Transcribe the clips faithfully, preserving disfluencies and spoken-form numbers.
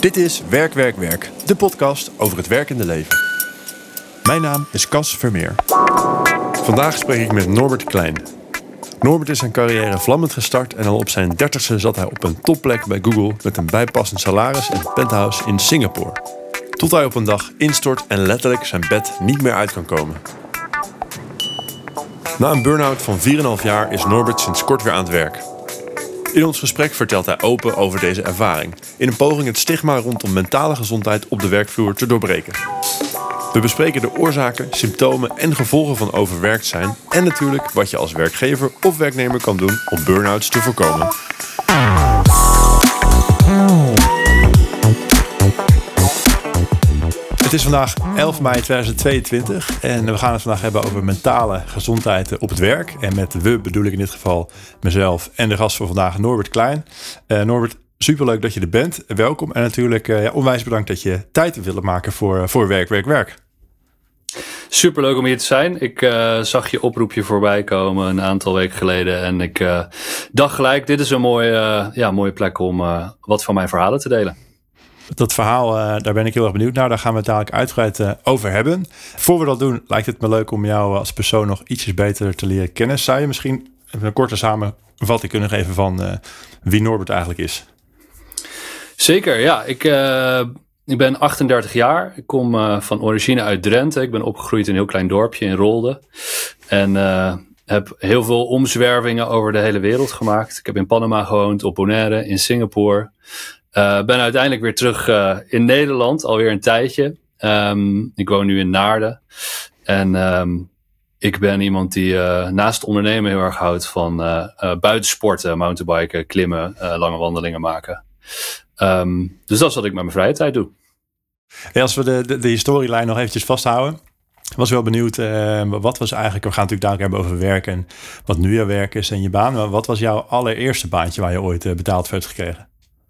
Dit is Werk, Werk, Werk, de podcast over het werkende leven. Mijn naam is Cas Vermeer. Vandaag spreek ik met Norbert Klein. Norbert is zijn carrière vlammend gestart en al op zijn dertigste zat hij op een topplek bij Google met een bijpassend salaris en een penthouse in Singapore. Tot hij op een dag instort en letterlijk zijn bed niet meer uit kan komen. Na een burn-out van vier komma vijf jaar is Norbert sinds kort weer aan het werk. In ons gesprek vertelt hij open over deze ervaring, in een poging het stigma rondom mentale gezondheid op de werkvloer te doorbreken. We bespreken de oorzaken, symptomen en gevolgen van overwerkt zijn en natuurlijk wat je als werkgever of werknemer kan doen om burn-outs te voorkomen. Het is vandaag elf mei tweeduizend tweeëntwintig en we gaan het vandaag hebben over mentale gezondheid op het werk. En met we bedoel ik in dit geval mezelf en de gast van vandaag, Norbert Klein. Uh, Norbert, superleuk dat je er bent. Welkom en natuurlijk uh, ja, onwijs bedankt dat je tijd hebt willen maken voor, voor werk, werk, werk. Superleuk om hier te zijn. Ik uh, zag je oproepje voorbij komen een aantal weken geleden en ik uh, dacht gelijk, dit is een mooie, uh, ja, mooie plek om uh, wat van mijn verhalen te delen. Dat verhaal, uh, daar ben ik heel erg benieuwd naar. Daar gaan we het dadelijk uitgebreid uh, over hebben. Voor we dat doen, lijkt het me leuk om jou als persoon nog ietsjes beter te leren kennen. Zou je misschien een korte samenvatting kunnen geven van uh, wie Norbert eigenlijk is? Zeker, ja. Ik, uh, ik ben achtendertig jaar. Ik kom uh, van origine uit Drenthe. Ik ben opgegroeid in een heel klein dorpje in Rolde. En uh, heb heel veel omzwervingen over de hele wereld gemaakt. Ik heb in Panama gewoond, op Bonaire, in Singapore. Uh, ben uiteindelijk weer terug uh, in Nederland, alweer een tijdje. Um, ik woon nu in Naarden. En um, ik ben iemand die uh, naast ondernemen heel erg houdt van uh, uh, buitensporten, mountainbiken, klimmen, uh, lange wandelingen maken. Um, dus dat is wat ik met mijn vrije tijd doe. Ja, als we de, de, de historielijn nog eventjes vasthouden. Ik was wel benieuwd, uh, wat was eigenlijk, we gaan natuurlijk dadelijk hebben over werk en wat nu jouw werk is en je baan. Maar wat was jouw allereerste baantje waar je ooit uh, betaald voor hebt gekregen?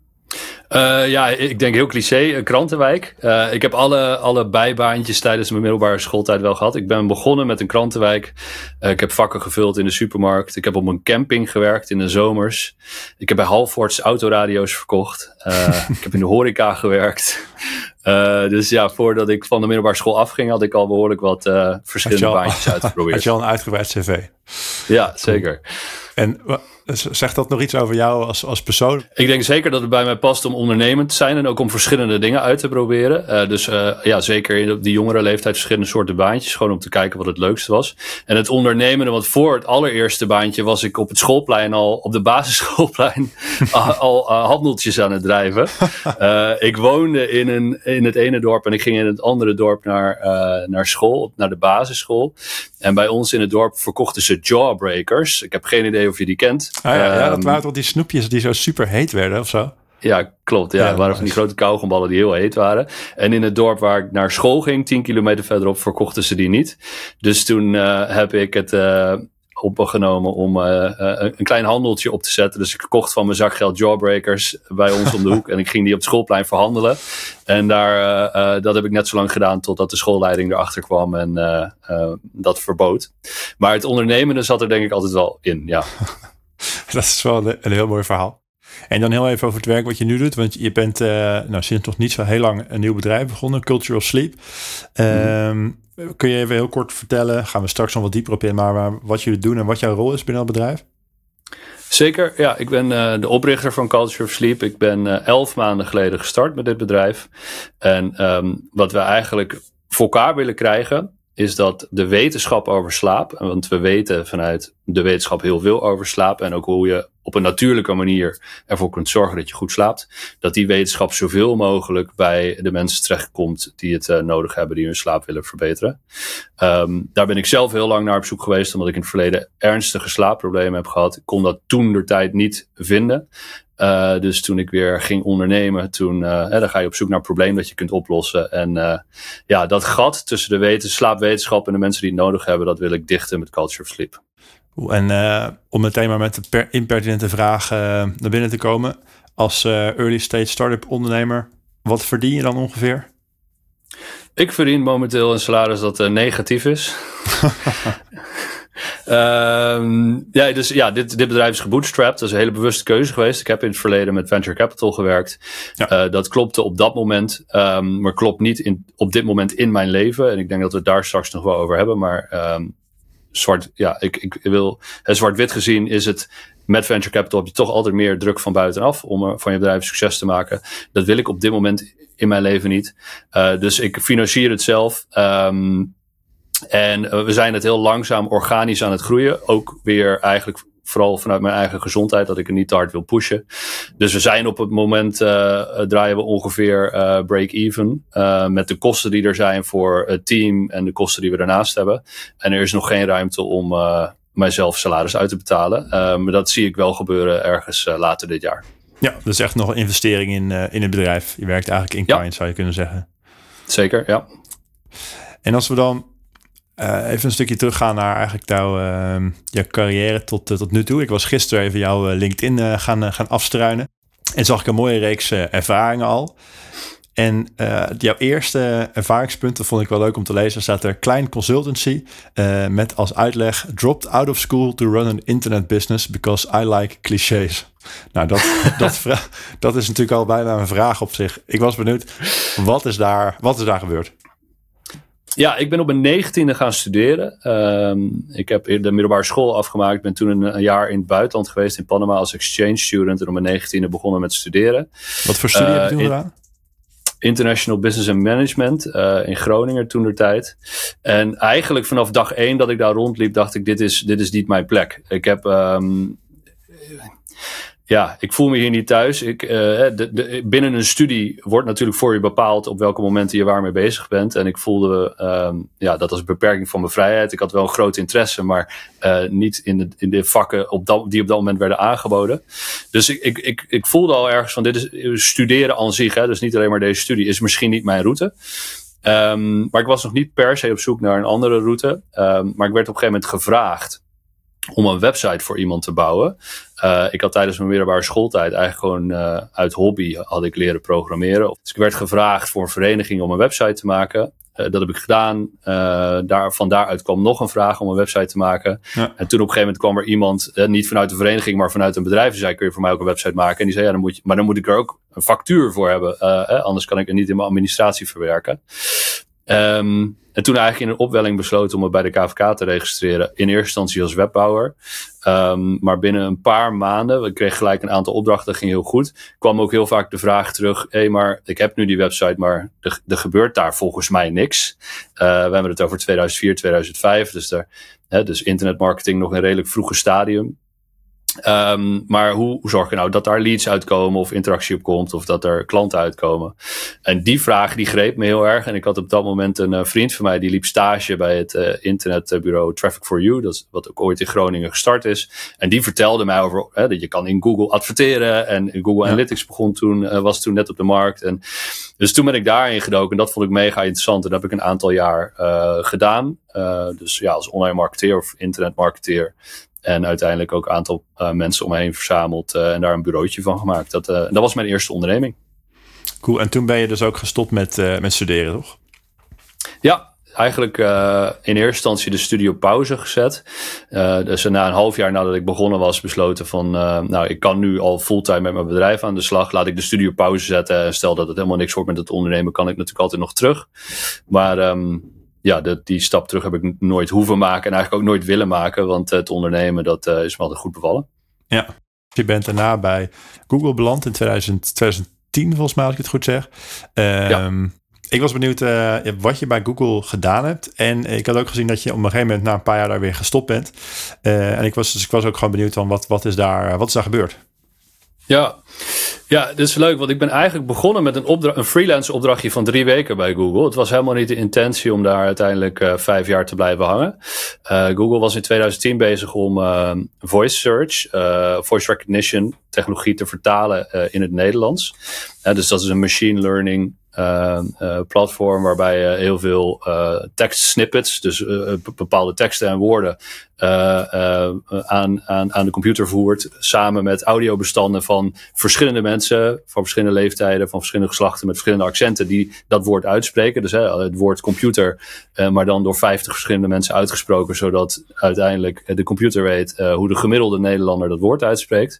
Uh, ja, ik denk heel cliché, uh, krantenwijk. Uh, ik heb alle, alle bijbaantjes tijdens mijn middelbare schooltijd wel gehad. Ik ben begonnen met een krantenwijk. Uh, ik heb vakken gevuld in de supermarkt. Ik heb op een camping gewerkt in de zomers. Ik heb bij Halfords autoradio's verkocht. Uh, ik heb in de horeca gewerkt. Uh, dus ja, voordat ik van de middelbare school afging, had ik al behoorlijk wat uh, verschillende al, baantjes uitgeprobeerd. Had je al een uitgebreid cv? Ja, zeker. En zegt dat nog iets over jou als, als persoon? Ik denk zeker dat het bij mij past om ondernemend te zijn en ook om verschillende dingen uit te proberen. Uh, dus uh, ja, zeker in die jongere leeftijd verschillende soorten baantjes. Gewoon om te kijken wat het leukste was. En het ondernemende, want voor het allereerste baantje was ik op het schoolplein al, op de basisschoolplein, al, al uh, handeltjes aan het drijven. Uh, ik woonde in, een, in het ene dorp en ik ging in het andere dorp naar, uh, naar school, naar de basisschool. En bij ons in het dorp verkochten ze Jawbreakers. Ik heb geen idee of je die kent. Ah, ja, ja, dat waren toch die snoepjes die zo super heet werden of zo? Ja, klopt. Ja, ja het waren van die grote kauwgomballen die heel heet waren. En in het dorp waar ik naar school ging, tien kilometer verderop, verkochten ze die niet. Dus toen uh, heb ik het uh, opgenomen om uh, uh, een klein handeltje op te zetten. Dus ik kocht van mijn zakgeld Jawbreakers bij ons om de hoek. En ik ging die op het schoolplein verhandelen. En daar, uh, uh, dat heb ik net zo lang gedaan totdat de schoolleiding erachter kwam en uh, uh, dat verbood. Maar het ondernemende zat er denk ik altijd wel in, ja. Dat is wel een, een heel mooi verhaal. En dan heel even over het werk wat je nu doet. Want je bent uh, nou, sinds nog niet zo heel lang een nieuw bedrijf begonnen, Culture of Sleep. Um, mm. Kun je even heel kort vertellen, gaan we straks nog wat dieper op in, maar wat jullie doen en wat jouw rol is binnen het bedrijf? Zeker, ja. Ik ben uh, de oprichter van Culture of Sleep. Ik ben uh, elf maanden geleden gestart met dit bedrijf. En um, wat we eigenlijk voor elkaar willen krijgen, is dat de wetenschap over slaap, want we weten vanuit de wetenschap heel veel over slaap en ook hoe je op een natuurlijke manier ervoor kunt zorgen dat je goed slaapt, dat die wetenschap zoveel mogelijk bij de mensen terechtkomt die het uh, nodig hebben, die hun slaap willen verbeteren. Um, daar ben ik zelf heel lang naar op zoek geweest, omdat ik in het verleden ernstige slaapproblemen heb gehad. Ik kon dat toen de tijd niet vinden. Uh, dus toen ik weer ging ondernemen, toen uh, hè, dan ga je op zoek naar een probleem dat je kunt oplossen. En uh, ja, dat gat tussen de weten, slaapwetenschap en de mensen die het nodig hebben, dat wil ik dichten met Culture of Sleep. En uh, om meteen maar met de per- impertinente vraag uh, naar binnen te komen. Als uh, early stage start-up ondernemer, wat verdien je dan ongeveer? Ik verdien momenteel een salaris dat uh, negatief is. Um, ja, dus ja, dit, dit bedrijf is gebootstrapped. Dat is een hele bewuste keuze geweest. Ik heb in het verleden met venture capital gewerkt. Ja. Uh, dat klopte op dat moment, um, maar klopt niet in, op dit moment in mijn leven. En ik denk dat we het daar straks nog wel over hebben. Maar um, zwart, ja, ik, ik wil, uh, zwart-wit gezien is het, met venture capital heb je toch altijd meer druk van buitenaf om uh, van je bedrijf succes te maken. Dat wil ik op dit moment in mijn leven niet. Uh, dus ik financier het zelf. Um, En uh, we zijn het heel langzaam organisch aan het groeien. Ook weer eigenlijk vooral vanuit mijn eigen gezondheid. Dat ik het niet te hard wil pushen. Dus we zijn op het moment uh, draaien we ongeveer uh, break-even. Uh, met de kosten die er zijn voor het team. En de kosten die we daarnaast hebben. En er is nog geen ruimte om uh, mijzelf salaris uit te betalen. Uh, maar dat zie ik wel gebeuren ergens uh, later dit jaar. Ja, dus echt nog een investering in, uh, in het bedrijf. Je werkt eigenlijk in kind, ja. Zou je kunnen zeggen. Zeker, ja. En als we dan Uh, even een stukje teruggaan naar eigenlijk jouw, uh, jouw carrière tot, uh, tot nu toe. Ik was gisteren even jouw uh, LinkedIn uh, gaan, uh, gaan afstruinen. En zag ik een mooie reeks uh, ervaringen al. En uh, jouw eerste ervaringspunten vond ik wel leuk om te lezen. Er staat er Klein Consultancy uh, met als uitleg: dropped out of school to run an internet business because I like clichés. Nou, dat, dat, vra- dat is natuurlijk al bijna een vraag op zich. Ik was benieuwd, wat is daar, wat is daar gebeurd? Ja, ik ben op mijn negentiende gaan studeren. Um, ik heb de middelbare school afgemaakt. Ik ben toen een, een jaar in het buitenland geweest, in Panama, als exchange student. En op mijn negentiende begonnen met studeren. Wat voor studie uh, heb je toen in, gedaan? International Business and Management uh, in Groningen toentertijd. En eigenlijk vanaf dag één dat ik daar rondliep, dacht ik, dit is, dit is niet mijn plek. Ik heb... Um, Ja, ik voel me hier niet thuis. Ik, uh, de, de, binnen een studie wordt natuurlijk voor je bepaald op welke momenten je waarmee bezig bent. En ik voelde um, ja, dat als een beperking van mijn vrijheid. Ik had wel een groot interesse, maar uh, niet in de, in de vakken op dat, die op dat moment werden aangeboden. Dus ik, ik, ik, ik voelde al ergens van, dit is studeren aan zich, hè, dus niet alleen maar deze studie, is misschien niet mijn route. Um, maar ik was nog niet per se op zoek naar een andere route. Um, maar ik werd op een gegeven moment gevraagd om een website voor iemand te bouwen. Uh, ik had tijdens mijn middelbare schooltijd eigenlijk gewoon uh, uit hobby had ik leren programmeren. Dus ik werd gevraagd voor een vereniging om een website te maken. Uh, dat heb ik gedaan. Uh, daar, van daaruit kwam nog een vraag om een website te maken. Ja. En toen op een gegeven moment kwam er iemand, uh, niet vanuit de vereniging, maar vanuit een bedrijf. Die zei, kun je voor mij ook een website maken? En die zei, ja, dan moet je, maar dan moet ik er ook een factuur voor hebben. Uh, eh, anders kan ik het niet in mijn administratie verwerken. Um, en toen eigenlijk in een opwelling besloten om me bij de K V K te registreren. In eerste instantie als webbouwer. Um, maar binnen een paar maanden, ik kreeg gelijk een aantal opdrachten, dat ging heel goed. Kwam ook heel vaak de vraag terug, hé, hey, maar ik heb nu die website, maar er, er gebeurt daar volgens mij niks. Uh, we hebben het over tweeduizend vier, tweeduizend vijf, dus, daar, hè, dus internetmarketing nog een redelijk vroege stadium. Um, maar hoe, hoe zorg je nou dat daar leads uitkomen of interactie op komt of dat er klanten uitkomen? En die vraag die greep me heel erg. En ik had op dat moment een uh, vriend van mij die liep stage bij het uh, internetbureau Traffic for You. Dat is wat ook ooit in Groningen gestart is. En die vertelde mij over hè, dat je kan in Google adverteren. En Google ja. Analytics begon toen, uh, was toen net op de markt. En dus toen ben ik daarin gedoken. En dat vond ik mega interessant. En dat heb ik een aantal jaar uh, gedaan. Uh, dus ja, als online marketeer of internetmarketeer. En uiteindelijk ook een aantal uh, mensen om me heen verzameld uh, en daar een bureautje van gemaakt. Dat, uh, dat was mijn eerste onderneming. Cool, en toen ben je dus ook gestopt met, uh, met studeren, toch? Ja, eigenlijk uh, in eerste instantie de studie op pauze gezet. Uh, dus na een half jaar nadat ik begonnen was besloten van... Uh, nou, ik kan nu al fulltime met mijn bedrijf aan de slag. Laat ik de studie op pauze zetten. En stel dat het helemaal niks wordt met het ondernemen, kan ik natuurlijk altijd nog terug. Maar... Um, Ja, de, die stap terug heb ik nooit hoeven maken en eigenlijk ook nooit willen maken. Want het ondernemen, dat uh, is me altijd goed bevallen. Ja, je bent daarna bij Google beland in twintig tien volgens mij, als ik het goed zeg. Um, ja. Ik was benieuwd uh, wat je bij Google gedaan hebt. En ik had ook gezien dat je op een gegeven moment na een paar jaar daar weer gestopt bent. Uh, en ik was, dus ik was ook gewoon benieuwd van wat, wat, is daar, wat is daar gebeurd? Ja, ja, dat is leuk, want ik ben eigenlijk begonnen met een, opdra- een freelance opdrachtje van drie weken bij Google. Het was helemaal niet de intentie om daar uiteindelijk uh, vijf jaar te blijven hangen. Uh, Google was in twintig tien bezig om uh, voice search, uh, voice recognition technologie te vertalen uh, in het Nederlands. Uh, dus dat is een machine learning uh, uh, platform waarbij je heel veel uh, tekst snippets, dus uh, bepaalde teksten en woorden uh, uh, aan, aan, aan de computer voert, samen met audiobestanden van verschillende mensen, van verschillende leeftijden, van verschillende geslachten, met verschillende accenten die dat woord uitspreken. Dus hè, het woord computer, uh, maar dan door vijftig verschillende mensen uitgesproken, zodat uiteindelijk de computer weet uh, hoe de gemiddelde Nederlander dat woord uitspreekt.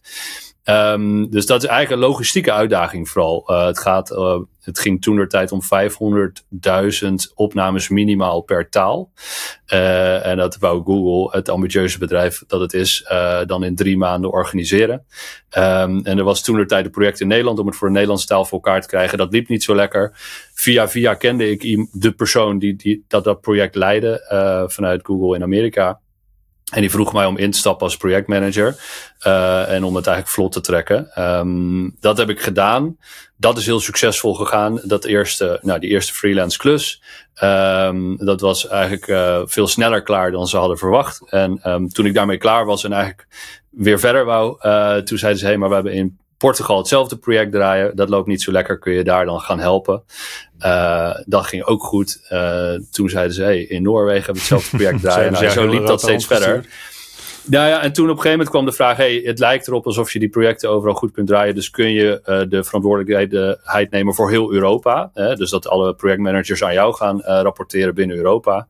Um, dus dat is eigenlijk een logistieke uitdaging vooral. Uh, het, gaat, uh, het ging toentertijd om vijfhonderdduizend opnames minimaal per taal. Uh, en dat wou Google, het ambitieuze bedrijf dat het is, uh, dan in drie maanden organiseren. Um, en er was toentertijd een project in Nederland om het voor de Nederlandse taal voor elkaar te krijgen. Dat liep niet zo lekker. Via via kende ik de persoon die, die dat, dat project leidde uh, vanuit Google in Amerika. En die vroeg mij om in te stappen als projectmanager. Uh, en om het eigenlijk vlot te trekken. Um, dat heb ik gedaan. Dat is heel succesvol gegaan. Dat eerste, nou, die eerste freelance klus. Um, dat was eigenlijk uh, veel sneller klaar dan ze hadden verwacht. En um, toen ik daarmee klaar was en eigenlijk weer verder wou. Uh, toen zeiden ze, hé, hey, maar we hebben in Portugal hetzelfde project draaien. Dat loopt niet zo lekker. Kun je daar dan gaan helpen? Uh, dat ging ook goed. Uh, toen zeiden ze, hey, in Noorwegen hebben we hetzelfde project draaien. Nou, zo liep dat steeds verder. Nou ja, en toen op een gegeven moment kwam de vraag, hey, het lijkt erop alsof je die projecten overal goed kunt draaien. Dus kun je uh, de verantwoordelijkheid nemen voor heel Europa. Hè? Dus dat alle projectmanagers aan jou gaan uh, rapporteren binnen Europa.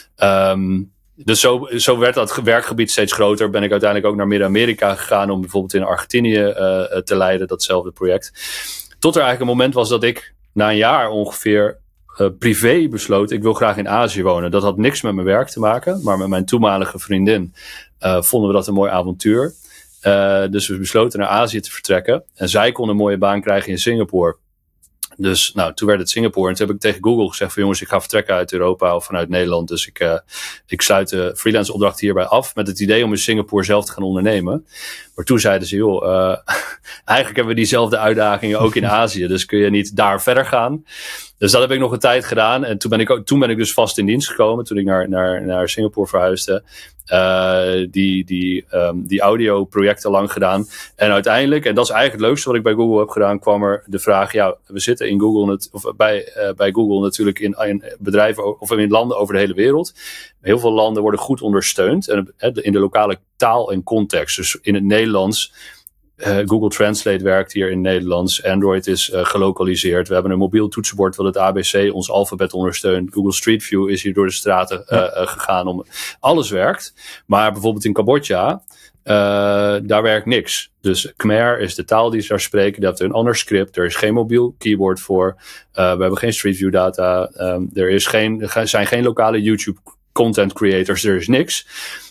Um, Dus zo, zo werd dat werkgebied steeds groter. Ben ik uiteindelijk ook naar Midden-Amerika gegaan om bijvoorbeeld in Argentinië uh, te leiden, datzelfde project. Tot er eigenlijk een moment was dat ik na een jaar ongeveer uh, privé besloot, ik wil graag in Azië wonen. Dat had niks met mijn werk te maken, maar met mijn toenmalige vriendin uh, vonden we dat een mooi avontuur. Uh, dus we besloten naar Azië te vertrekken. En zij kon een mooie baan krijgen in Singapore. Dus nou, toen werd het Singapore. En toen heb ik tegen Google gezegd van jongens, ik ga vertrekken uit Europa of vanuit Nederland. Dus ik, uh, ik sluit de freelance opdracht hierbij af met het idee om in Singapore zelf te gaan ondernemen. Maar toen zeiden ze, joh, uh, eigenlijk hebben we diezelfde uitdagingen ook in Azië. Dus kun je niet daar verder gaan? Dus dat heb ik nog een tijd gedaan. En toen ben ik, ook, toen ben ik dus vast in dienst gekomen. Toen ik naar, naar, naar Singapore verhuisde. Uh, die, die, um, die audio projecten lang gedaan. En uiteindelijk, en dat is eigenlijk het leukste wat ik bij Google heb gedaan, kwam er de vraag, ja, we zitten in Google, net, of bij, uh, bij Google natuurlijk in, in bedrijven of in landen over de hele wereld. Heel veel landen worden goed ondersteund. En, uh, in de lokale taal en context. Dus in het Nederlands. Uh, Google Translate werkt hier in het Nederlands. Android is uh, gelokaliseerd. We hebben een mobiel toetsenbord wat het A B C, ons alfabet ondersteunt. Google Street View is hier door de straten uh, uh, gegaan. Om alles werkt. Maar bijvoorbeeld in Cambodja, uh, daar werkt niks. Dus Khmer is de taal die ze daar spreken. Die heeft een ander script. Er is geen mobiel keyboard voor. Uh, we hebben geen Street View data. Um, er, is geen, er zijn geen lokale YouTube content creators. Er is niks.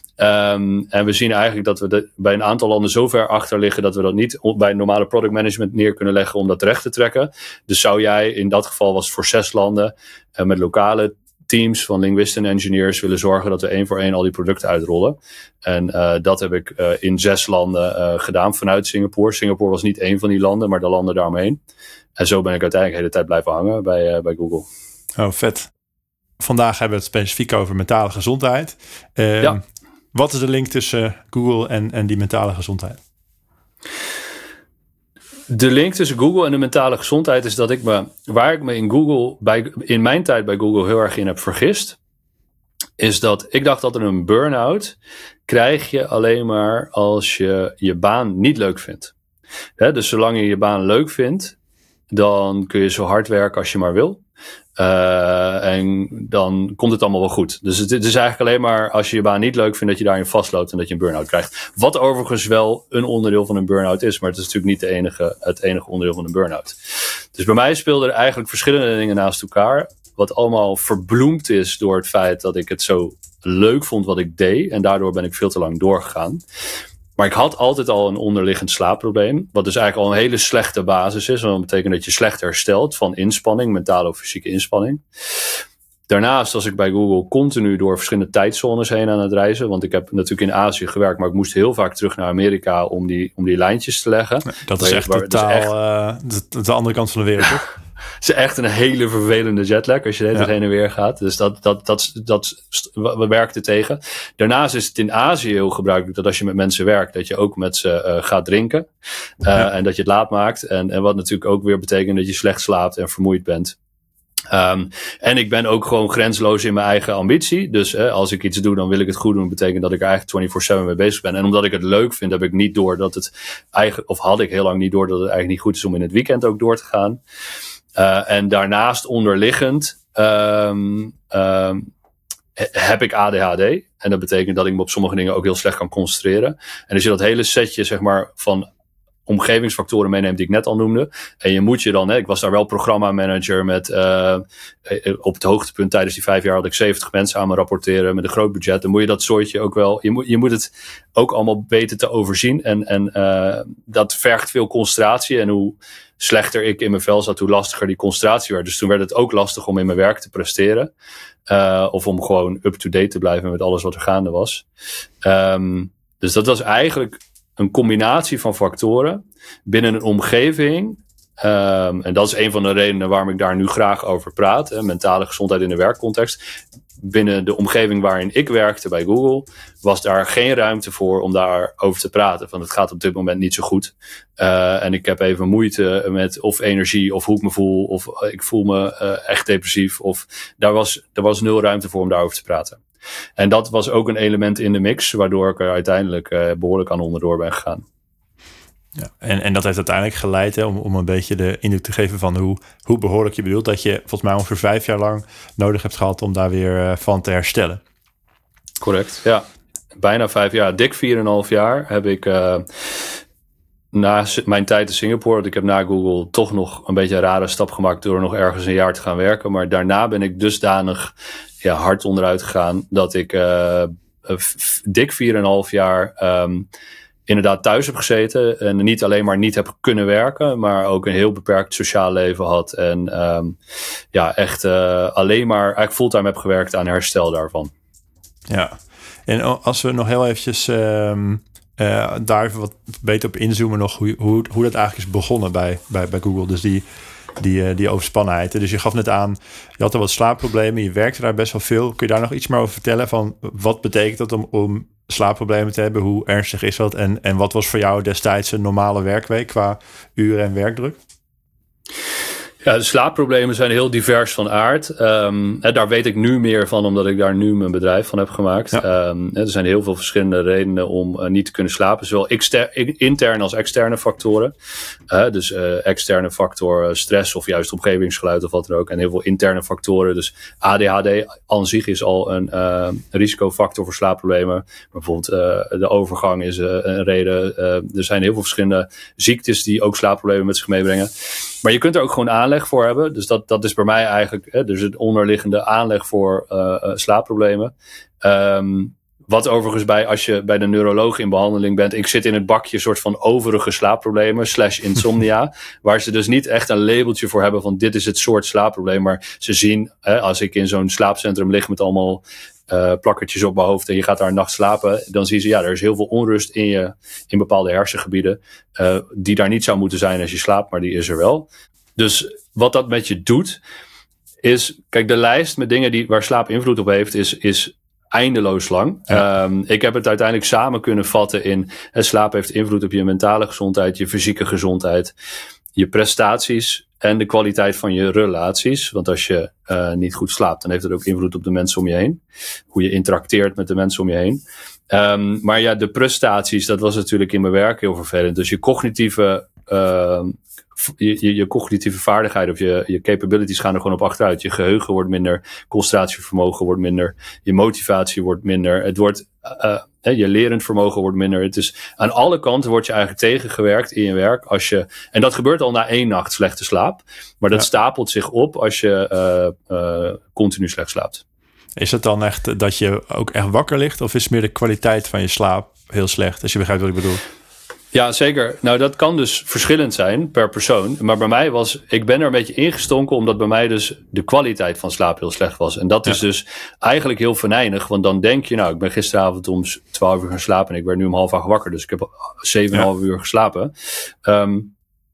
Um, en we zien eigenlijk dat we de, bij een aantal landen zo ver achter liggen dat we dat niet bij normale product management neer kunnen leggen om dat terecht te trekken. Dus zou jij, in dat geval was het voor zes landen, uh, met lokale teams van linguisten en engineers willen zorgen dat we één voor één al die producten uitrollen. En uh, dat heb ik uh, in zes landen uh, gedaan vanuit Singapore. Singapore was niet één van die landen, maar de landen daaromheen. En zo ben ik uiteindelijk de hele tijd blijven hangen bij, uh, bij Google. Oh, vet. Vandaag hebben we het specifiek over mentale gezondheid. Uh, ja. Wat is de link tussen Google en, en die mentale gezondheid? De link tussen Google en de mentale gezondheid is dat ik me, waar ik me in Google, bij, in mijn tijd bij Google heel erg in heb vergist, is dat ik dacht dat er een burn-out krijg je alleen maar als je je baan niet leuk vindt. He, dus zolang je je baan leuk vindt, dan kun je zo hard werken als je maar wil. Uh, en dan komt het allemaal wel goed. Dus het, het is eigenlijk alleen maar als je je baan niet leuk vindt dat je daarin vastloopt en dat je een burn-out krijgt. Wat overigens wel een onderdeel van een burn-out is, maar het is natuurlijk niet de enige, het enige onderdeel van een burn-out. Dus bij mij speelden er eigenlijk verschillende dingen naast elkaar. Wat allemaal verbloemd is door het feit dat ik het zo leuk vond wat ik deed. En daardoor ben ik veel te lang doorgegaan. Maar ik had altijd al een onderliggend slaapprobleem. Wat dus eigenlijk al een hele slechte basis is. Want dat betekent dat je slecht herstelt van inspanning. Mentale of fysieke inspanning. Daarnaast was ik bij Google continu door verschillende tijdzones heen aan het reizen. Want ik heb natuurlijk in Azië gewerkt. Maar ik moest heel vaak terug naar Amerika om die, om die lijntjes te leggen. Dat is echt waar, totaal is echt, uh, de, de andere kant van de wereld, toch? is echt een hele vervelende jetlag als je de hele tijd heen en weer gaat. Dus dat, dat, dat, dat, dat werkte tegen. Daarnaast is het in Azië heel gebruikelijk dat als je met mensen werkt, dat je ook met ze uh, gaat drinken. Uh, ja. En dat je het laat maakt. En, en wat natuurlijk ook weer betekent dat je slecht slaapt en vermoeid bent. Um, en ik ben ook gewoon grensloos in mijn eigen ambitie. Dus eh, als ik iets doe, dan wil ik het goed doen. Dat betekent dat ik er eigenlijk vierentwintig zeven mee bezig ben. En omdat ik het leuk vind, heb ik niet door dat het eigenlijk, of had ik heel lang niet door dat het eigenlijk niet goed is om in het weekend ook door te gaan. Uh, en daarnaast onderliggend um, um, heb ik A D H D. En dat betekent dat ik me op sommige dingen ook heel slecht kan concentreren. En als je dat hele setje, zeg maar, van omgevingsfactoren meeneemt die ik net al noemde. En je moet je dan, hè, ik was daar wel programmamanager met, uh, op het hoogtepunt tijdens die vijf jaar had ik zeventig mensen aan me rapporteren met een groot budget. Dan moet je dat soortje ook wel, je moet, je moet het ook allemaal weten te overzien. En, en uh, dat vergt veel concentratie. En hoe slechter ik in mijn vel zat, hoe lastiger die concentratie werd. Dus toen werd het ook lastig om in mijn werk te presteren. Uh, of om gewoon up-to-date te blijven met alles wat er gaande was. Um, dus dat was eigenlijk een combinatie van factoren binnen een omgeving. Um, en dat is een van de redenen waarom ik daar nu graag over praat. Hè, mentale gezondheid in de werkcontext. Binnen de omgeving waarin ik werkte bij Google was daar geen ruimte voor om daarover te praten. Van het gaat op dit moment niet zo goed. Uh, en ik heb even moeite met of energie of hoe ik me voel. Of ik voel me uh, echt depressief. Of daar was, er was nul ruimte voor om daarover te praten. En dat was ook een element in de mix, waardoor ik er uiteindelijk uh, behoorlijk aan onderdoor ben gegaan. Ja, en, en dat heeft uiteindelijk geleid, hè, om, om een beetje de indruk te geven van hoe, hoe behoorlijk je bedoelt, dat je volgens mij ongeveer vijf jaar lang nodig hebt gehad om daar weer uh, van te herstellen. Correct, ja. Bijna vijf jaar, dik vier en een half jaar heb ik uh, na mijn tijd in Singapore, want ik heb na Google toch nog een beetje een rare stap gemaakt door nog ergens een jaar te gaan werken. Maar daarna ben ik dusdanig ja, hard onderuit gegaan dat ik uh, f- dik vier en een half jaar um, inderdaad thuis heb gezeten. En niet alleen maar niet heb kunnen werken, maar ook een heel beperkt sociaal leven had. En um, ja, echt uh, alleen maar eigenlijk fulltime heb gewerkt aan herstel daarvan. Ja, en als we nog heel eventjes um, uh, daar even wat beter op inzoomen nog, hoe, hoe, hoe dat eigenlijk is begonnen bij, bij, bij Google. Dus die, die, die overspannenheid. Dus je gaf net aan, je had er wat slaapproblemen, je werkte daar best wel veel. Kun je daar nog iets meer over vertellen van wat betekent dat om, om slaapproblemen te hebben? Hoe ernstig is dat? En, en wat was voor jou destijds een normale werkweek qua uren en werkdruk? Ja, de slaapproblemen zijn heel divers van aard. Um, en daar weet ik nu meer van, omdat ik daar nu mijn bedrijf van heb gemaakt. Ja. Um, er zijn heel veel verschillende redenen om uh, niet te kunnen slapen. Zowel exter- interne als externe factoren. Uh, dus uh, externe factor uh, stress of juist omgevingsgeluid of wat dan ook. En heel veel interne factoren. Dus A D H D aan zich is al een uh, risicofactor voor slaapproblemen. Bijvoorbeeld uh, de overgang is uh, een reden. Uh, er zijn heel veel verschillende ziektes die ook slaapproblemen met zich meebrengen. Maar je kunt er ook gewoon aanleg voor hebben. Dus dat, dat is bij mij eigenlijk hè, dus het onderliggende aanleg voor uh, uh, slaapproblemen. Um, wat overigens bij, als je bij de neuroloog in behandeling bent. Ik zit in het bakje soort van overige slaapproblemen slash insomnia. Waar ze dus niet echt een labeltje voor hebben van dit is het soort slaapprobleem. Maar ze zien, hè, als ik in zo'n slaapcentrum lig met allemaal Uh, plakkertjes op mijn hoofd en je gaat daar een nacht slapen, dan zie je, ja, er is heel veel onrust in je, in bepaalde hersengebieden, uh, die daar niet zou moeten zijn als je slaapt, maar die is er wel. Dus wat dat met je doet, is, kijk, de lijst met dingen die, waar slaap invloed op heeft, is, is eindeloos lang. Ja. Um, ik heb het uiteindelijk samen kunnen vatten in, uh, slaap heeft invloed op je mentale gezondheid, je fysieke gezondheid, je prestaties en de kwaliteit van je relaties. Want als je uh, niet goed slaapt, dan heeft het ook invloed op de mensen om je heen. Hoe je interacteert met de mensen om je heen. Um, maar ja, de prestaties, dat was natuurlijk in mijn werk heel vervelend. Dus je cognitieve, uh, je, je, je cognitieve vaardigheid of je, je capabilities gaan er gewoon op achteruit. Je geheugen wordt minder, concentratievermogen wordt minder, je motivatie wordt minder. Het wordt, uh, uh, je lerend vermogen wordt minder. Het is, aan alle kanten word je eigenlijk tegengewerkt in je werk. Als je, en dat gebeurt al na één nacht slechte slaap. Maar dat ja. stapelt zich op als je uh, uh, continu slecht slaapt. Is het dan echt dat je ook echt wakker ligt? Of is meer de kwaliteit van je slaap heel slecht? Als je begrijpt wat ik bedoel. Ja, zeker. Nou, dat kan dus verschillend zijn per persoon. Maar bij mij was, ik ben er een beetje ingestonken, omdat bij mij dus de kwaliteit van slaap heel slecht was. En dat ja. is dus eigenlijk heel venijnig. Want dan denk je, nou, ik ben gisteravond om twaalf uur gaan slapen en ik werd nu om half acht wakker. Dus ik heb zeven en een half uur geslapen. Um,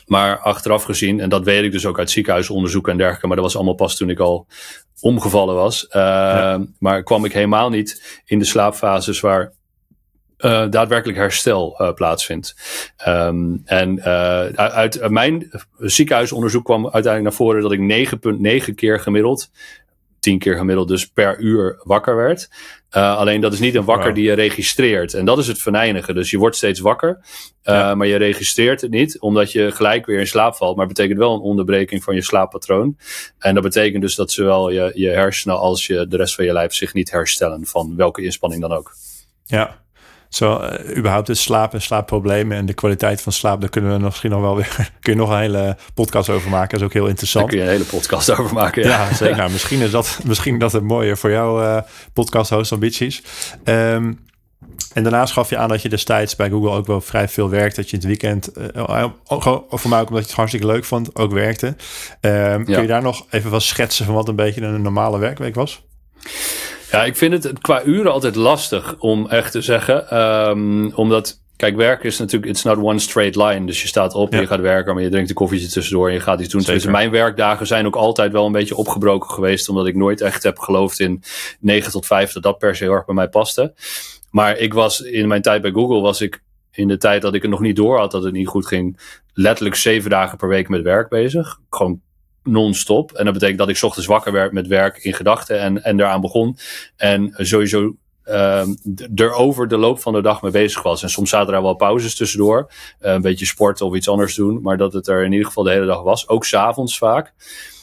Maar achteraf gezien, en dat weet ik dus ook uit ziekenhuisonderzoek en dergelijke, maar dat was allemaal pas toen ik al omgevallen was. Uh, ja. Maar kwam ik helemaal niet in de slaapfases waar uh, daadwerkelijk herstel uh, plaatsvindt. Um, en uh, uit, uit mijn ziekenhuisonderzoek kwam uiteindelijk naar voren dat ik negen komma negen keer gemiddeld, tien keer gemiddeld dus per uur wakker werd. Uh, alleen dat is niet een wakker wow. die je registreert. En dat is het venijnige. Dus je wordt steeds wakker, uh, ja. maar je registreert het niet, omdat je gelijk weer in slaap valt. Maar het betekent wel een onderbreking van je slaappatroon. En dat betekent dus dat zowel je, je hersenen als je, de rest van je lijf zich niet herstellen van welke inspanning dan ook. Ja. Zo, uh, überhaupt het slaap en slaapproblemen en de kwaliteit van slaap, daar kunnen we misschien nog wel weer, kun je nog een hele podcast over maken. Dat is ook heel interessant. Daar kun je een hele podcast over maken. Ja, ja zeker. Nou, misschien is dat, misschien dat het mooier voor jouw uh, podcast host ambities. Um, en daarnaast gaf je aan dat je destijds bij Google ook wel vrij veel werkt. Dat je in het weekend, uh, ook voor mij ook omdat je het hartstikke leuk vond, ook werkte. Um, ja. Kun je daar nog even wat schetsen van wat een beetje een normale werkweek was? Ja, ik vind het qua uren altijd lastig om echt te zeggen. Um, omdat, kijk, werken is natuurlijk, it's not one straight line. Dus je staat op, ja. je gaat werken, maar je drinkt een koffietje tussendoor en je gaat iets doen. Dus mijn werkdagen zijn ook altijd wel een beetje opgebroken geweest, omdat ik nooit echt heb geloofd in negen tot vijf, dat dat per se heel erg bij mij paste. Maar ik was, in mijn tijd bij Google was ik, in de tijd dat ik het nog niet door had dat het niet goed ging, letterlijk zeven dagen per week met werk bezig. Gewoon non-stop. En dat betekent dat ik 's ochtends wakker werd met werk in gedachten en, en daaraan begon. En sowieso uh, d- er over de loop van de dag mee bezig was. En soms zaten er wel pauzes tussendoor. Uh, een beetje sporten of iets anders doen. Maar dat het er in ieder geval de hele dag was. Ook 's avonds vaak.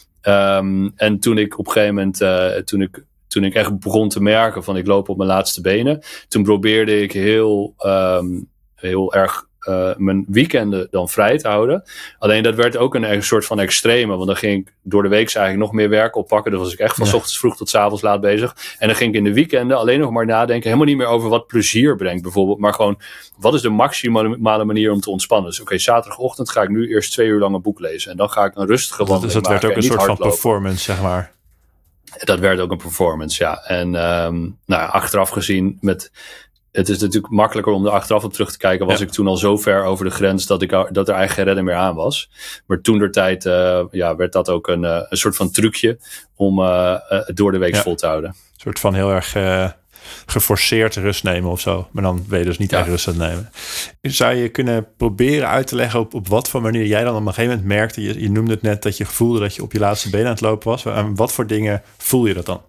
Um, en toen ik op een gegeven moment, uh, toen ik Toen ik echt begon te merken van ik loop op mijn laatste benen. Toen probeerde ik heel, um, heel erg uh, mijn weekenden dan vrij te houden. Alleen dat werd ook een, een soort van extreme. Want dan ging ik door de week eigenlijk nog meer werk oppakken. Dan was ik echt van 's ja. ochtends vroeg tot 's avonds laat bezig. En dan ging ik in de weekenden alleen nog maar nadenken. Helemaal niet meer over wat plezier brengt bijvoorbeeld. Maar gewoon wat is de maximale manier om te ontspannen. Dus oké, okay, zaterdagochtend ga ik nu eerst twee uur lang een boek lezen. En dan ga ik een rustige wandeling maken. Dus dat maken werd ook een soort van performance, zeg maar. Dat werd ook een performance, ja. En um, nou, achteraf gezien, met, het is natuurlijk makkelijker om er achteraf op terug te kijken. Was ja. ik toen al zo ver over de grens dat, ik, dat er eigenlijk geen redden meer aan was. Maar toen der tijd uh, ja, werd dat ook een, uh, een soort van trucje om uh, uh, door de week ja. vol te houden. Een soort van heel erg uh, geforceerd rust nemen of zo. Maar dan ben je dus niet ja. echt rust aan het nemen. Zou je kunnen proberen uit te leggen op, op wat voor manier jij dan op een gegeven moment merkte. Je, je noemde het net dat je voelde dat je op je laatste benen aan het lopen was. En wat voor dingen voel je dat dan?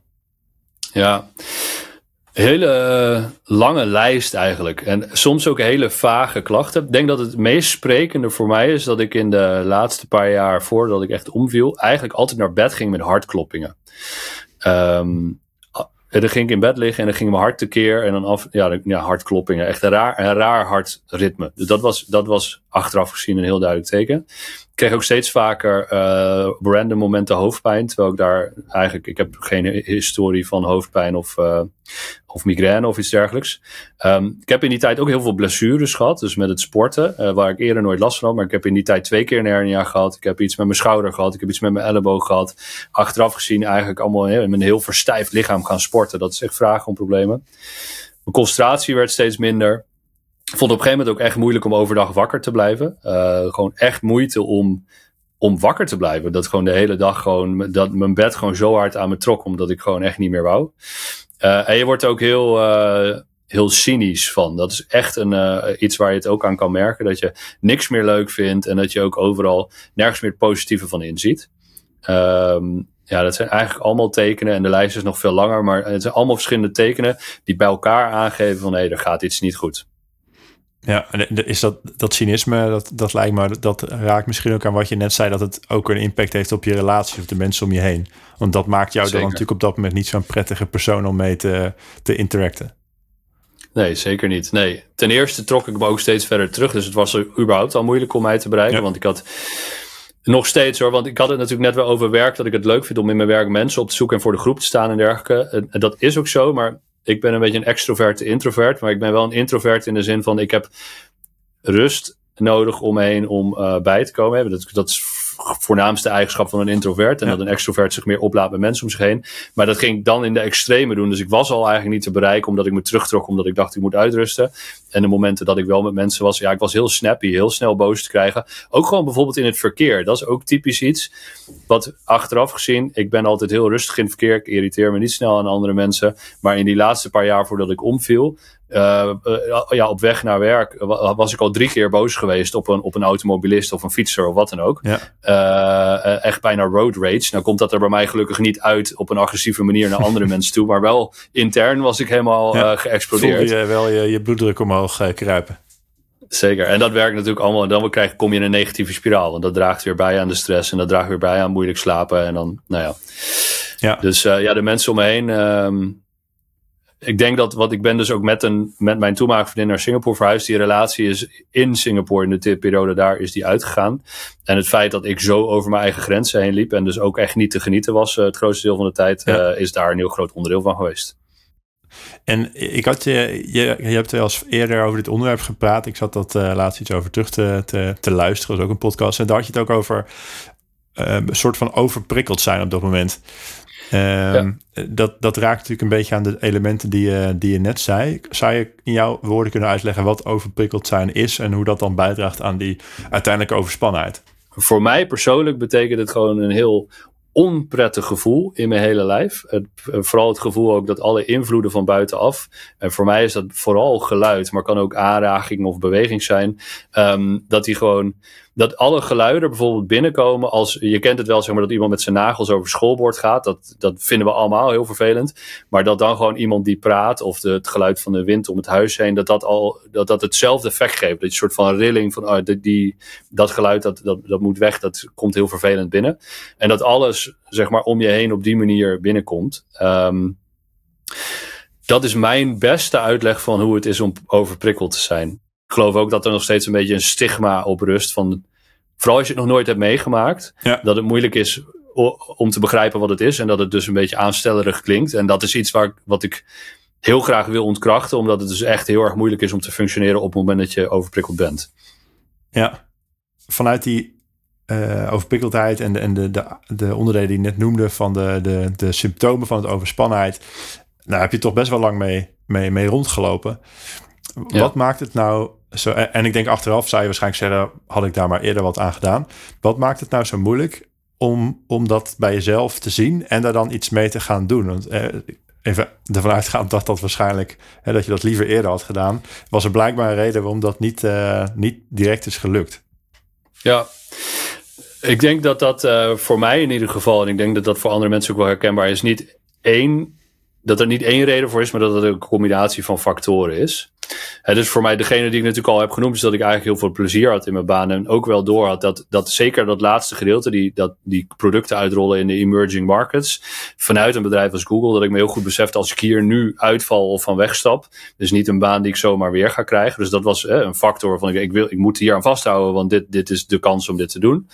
Ja, een hele uh, lange lijst eigenlijk. En soms ook hele vage klachten. Ik denk dat het meest sprekende voor mij is dat ik in de laatste paar jaar voordat ik echt omviel, eigenlijk altijd naar bed ging met hartkloppingen. Um, En dan ging ik in bed liggen en dan ging mijn hart tekeer. En dan af, ja, ja hartkloppingen. Echt een raar, een raar hartritme. Dus dat was, dat was achteraf gezien een heel duidelijk teken. Ik kreeg ook steeds vaker uh, random momenten hoofdpijn. Terwijl ik daar eigenlijk... Ik heb geen historie van hoofdpijn of, uh, of migraine of iets dergelijks. Um, ik heb in die tijd ook heel veel blessures gehad. Dus met het sporten. Uh, waar ik eerder nooit last van had. Maar ik heb in die tijd twee keer een hernia gehad. Ik heb iets met mijn schouder gehad. Ik heb iets met mijn elleboog gehad. Achteraf gezien eigenlijk allemaal in een heel verstijfd lichaam gaan sporten. Dat is echt vragen om problemen. Mijn concentratie werd steeds minder. Ik vond het op een gegeven moment ook echt moeilijk om overdag wakker te blijven. Uh, gewoon echt moeite om, om wakker te blijven. Dat gewoon de hele dag gewoon, dat mijn bed gewoon zo hard aan me trok, omdat ik gewoon echt niet meer wou. Uh, en je wordt ook heel, uh, heel cynisch van. Dat is echt een, uh, iets waar je het ook aan kan merken. Dat je niks meer leuk vindt en dat je ook overal nergens meer het positieve van inziet. Um, Ja, dat zijn eigenlijk allemaal tekenen en de lijst is nog veel langer. Maar het zijn allemaal verschillende tekenen die bij elkaar aangeven van hé, hey, er gaat iets niet goed. Ja, en is dat, dat cynisme, dat, dat lijkt me, dat raakt misschien ook aan wat je net zei, dat het ook een impact heeft op je relaties of de mensen om je heen. Want dat maakt jou zeker. Dan natuurlijk op dat moment niet zo'n prettige persoon om mee te, te interacten. Nee, zeker niet. Nee, ten eerste trok ik me ook steeds verder terug. Dus het was überhaupt al moeilijk om mij te bereiken. Ja. Want ik had nog steeds hoor, want ik had het natuurlijk net wel over werk, dat ik het leuk vind om in mijn werk mensen op te zoeken en voor de groep te staan en dergelijke. En dat is ook zo, maar ik ben een beetje een extroverte introvert, maar ik ben wel een introvert in de zin van ik heb rust nodig om me heen om uh, bij te komen. Dat, dat is voornaamste eigenschap van een introvert. En ja. dat een extrovert zich meer oplaadt met mensen om zich heen. Maar dat ging ik dan in de extreme doen. Dus ik was al eigenlijk niet te bereiken, omdat ik me terugtrok, omdat ik dacht ik moet uitrusten. En de momenten dat ik wel met mensen was, ja, ik was heel snappy, heel snel boos te krijgen. Ook gewoon bijvoorbeeld in het verkeer. Dat is ook typisch iets wat achteraf gezien, ik ben altijd heel rustig in het verkeer. Ik irriteer me niet snel aan andere mensen. Maar in die laatste paar jaar voordat ik omviel, Uh, uh, ja, op weg naar werk was ik al drie keer boos geweest op een, op een automobilist of een fietser of wat dan ook. Ja. Uh, uh, echt bijna road rage. Nou komt dat er bij mij gelukkig niet uit op een agressieve manier naar andere mensen toe. Maar wel intern was ik helemaal ja. uh, geëxplodeerd. Voelde je wel je, je bloeddruk omhoog uh, kruipen. Zeker. En dat werkt natuurlijk allemaal. En dan krijg, kom je in een negatieve spiraal. Want dat draagt weer bij aan de stress. En dat draagt weer bij aan moeilijk slapen. En dan, nou ja. ja. Dus uh, ja, de mensen om me heen. Um, Ik denk dat, wat ik ben dus ook met, een, met mijn toenmalige vriendin naar Singapore verhuisd. Die relatie is in Singapore, in de periode daar, is die uitgegaan. En het feit dat ik zo over mijn eigen grenzen heen liep en dus ook echt niet te genieten was uh, het grootste deel van de tijd, ja. uh, is daar een heel groot onderdeel van geweest. En ik had je, je, je hebt wel eens eerder over dit onderwerp gepraat. Ik zat dat uh, laatst iets over terug te, te, te luisteren. Dat was ook een podcast. En daar had je het ook over uh, een soort van overprikkeld zijn op dat moment. Um, ja. dat, dat raakt natuurlijk een beetje aan de elementen die je, die je net zei. Zou je in jouw woorden kunnen uitleggen wat overprikkeld zijn is en hoe dat dan bijdraagt aan die uiteindelijke overspannenheid? Voor mij persoonlijk betekent het gewoon een heel onprettig gevoel in mijn hele lijf. Het, vooral het gevoel ook dat alle invloeden van buitenaf, en voor mij is dat vooral geluid, maar kan ook aanraking of beweging zijn, um, dat die gewoon, dat alle geluiden bijvoorbeeld binnenkomen als, je kent het wel, zeg maar, dat iemand met zijn nagels over het schoolbord gaat, dat, dat vinden we allemaal heel vervelend, maar dat dan gewoon iemand die praat, of de, het geluid van de wind om het huis heen, dat dat al, dat dat hetzelfde effect geeft, dat je een soort van rilling van, oh, die, die, dat geluid, dat, dat, dat moet weg, dat komt heel vervelend binnen. En dat alles, zeg maar, om je heen op die manier binnenkomt. Um, dat is mijn beste uitleg van hoe het is om overprikkeld te zijn. Ik geloof ook dat er nog steeds een beetje een stigma op rust van, vooral als je het nog nooit hebt meegemaakt, ja. dat het moeilijk is om te begrijpen wat het is en dat het dus een beetje aanstellerig klinkt. En dat is iets waar, wat ik heel graag wil ontkrachten, omdat het dus echt heel erg moeilijk is om te functioneren op het moment dat je overprikkeld bent. Ja, vanuit die Uh, overprikkeldheid en, de, en de, de, de onderdelen die je net noemde van de, de, de symptomen van het overspannenheid, nou heb je toch best wel lang mee, mee, mee rondgelopen. Ja. Wat maakt het nou zo, en ik denk achteraf zou je waarschijnlijk zeggen, had ik daar maar eerder wat aan gedaan. Wat maakt het nou zo moeilijk om, om dat bij jezelf te zien en daar dan iets mee te gaan doen? Want uh, even ervan uitgaand dat dat waarschijnlijk, hè, dat je dat liever eerder had gedaan, was er blijkbaar een reden waarom dat niet, uh, niet direct is gelukt. Ja, ik denk dat dat uh, voor mij in ieder geval, en ik denk dat dat voor andere mensen ook wel herkenbaar is, niet één, dat er niet één reden voor is, maar dat het een combinatie van factoren is. He, dus voor mij, degene die ik natuurlijk al heb genoemd, is dat ik eigenlijk heel veel plezier had in mijn baan en ook wel door had dat, dat zeker dat laatste gedeelte, die, dat, die producten uitrollen in de emerging markets, vanuit een bedrijf als Google, dat ik me heel goed besefte, als ik hier nu uitval of van wegstap, dus niet een baan die ik zomaar weer ga krijgen. Dus dat was eh, een factor waarvan ik, ik, wil, ik moet hier aan vasthouden, want dit, dit is de kans om dit te doen.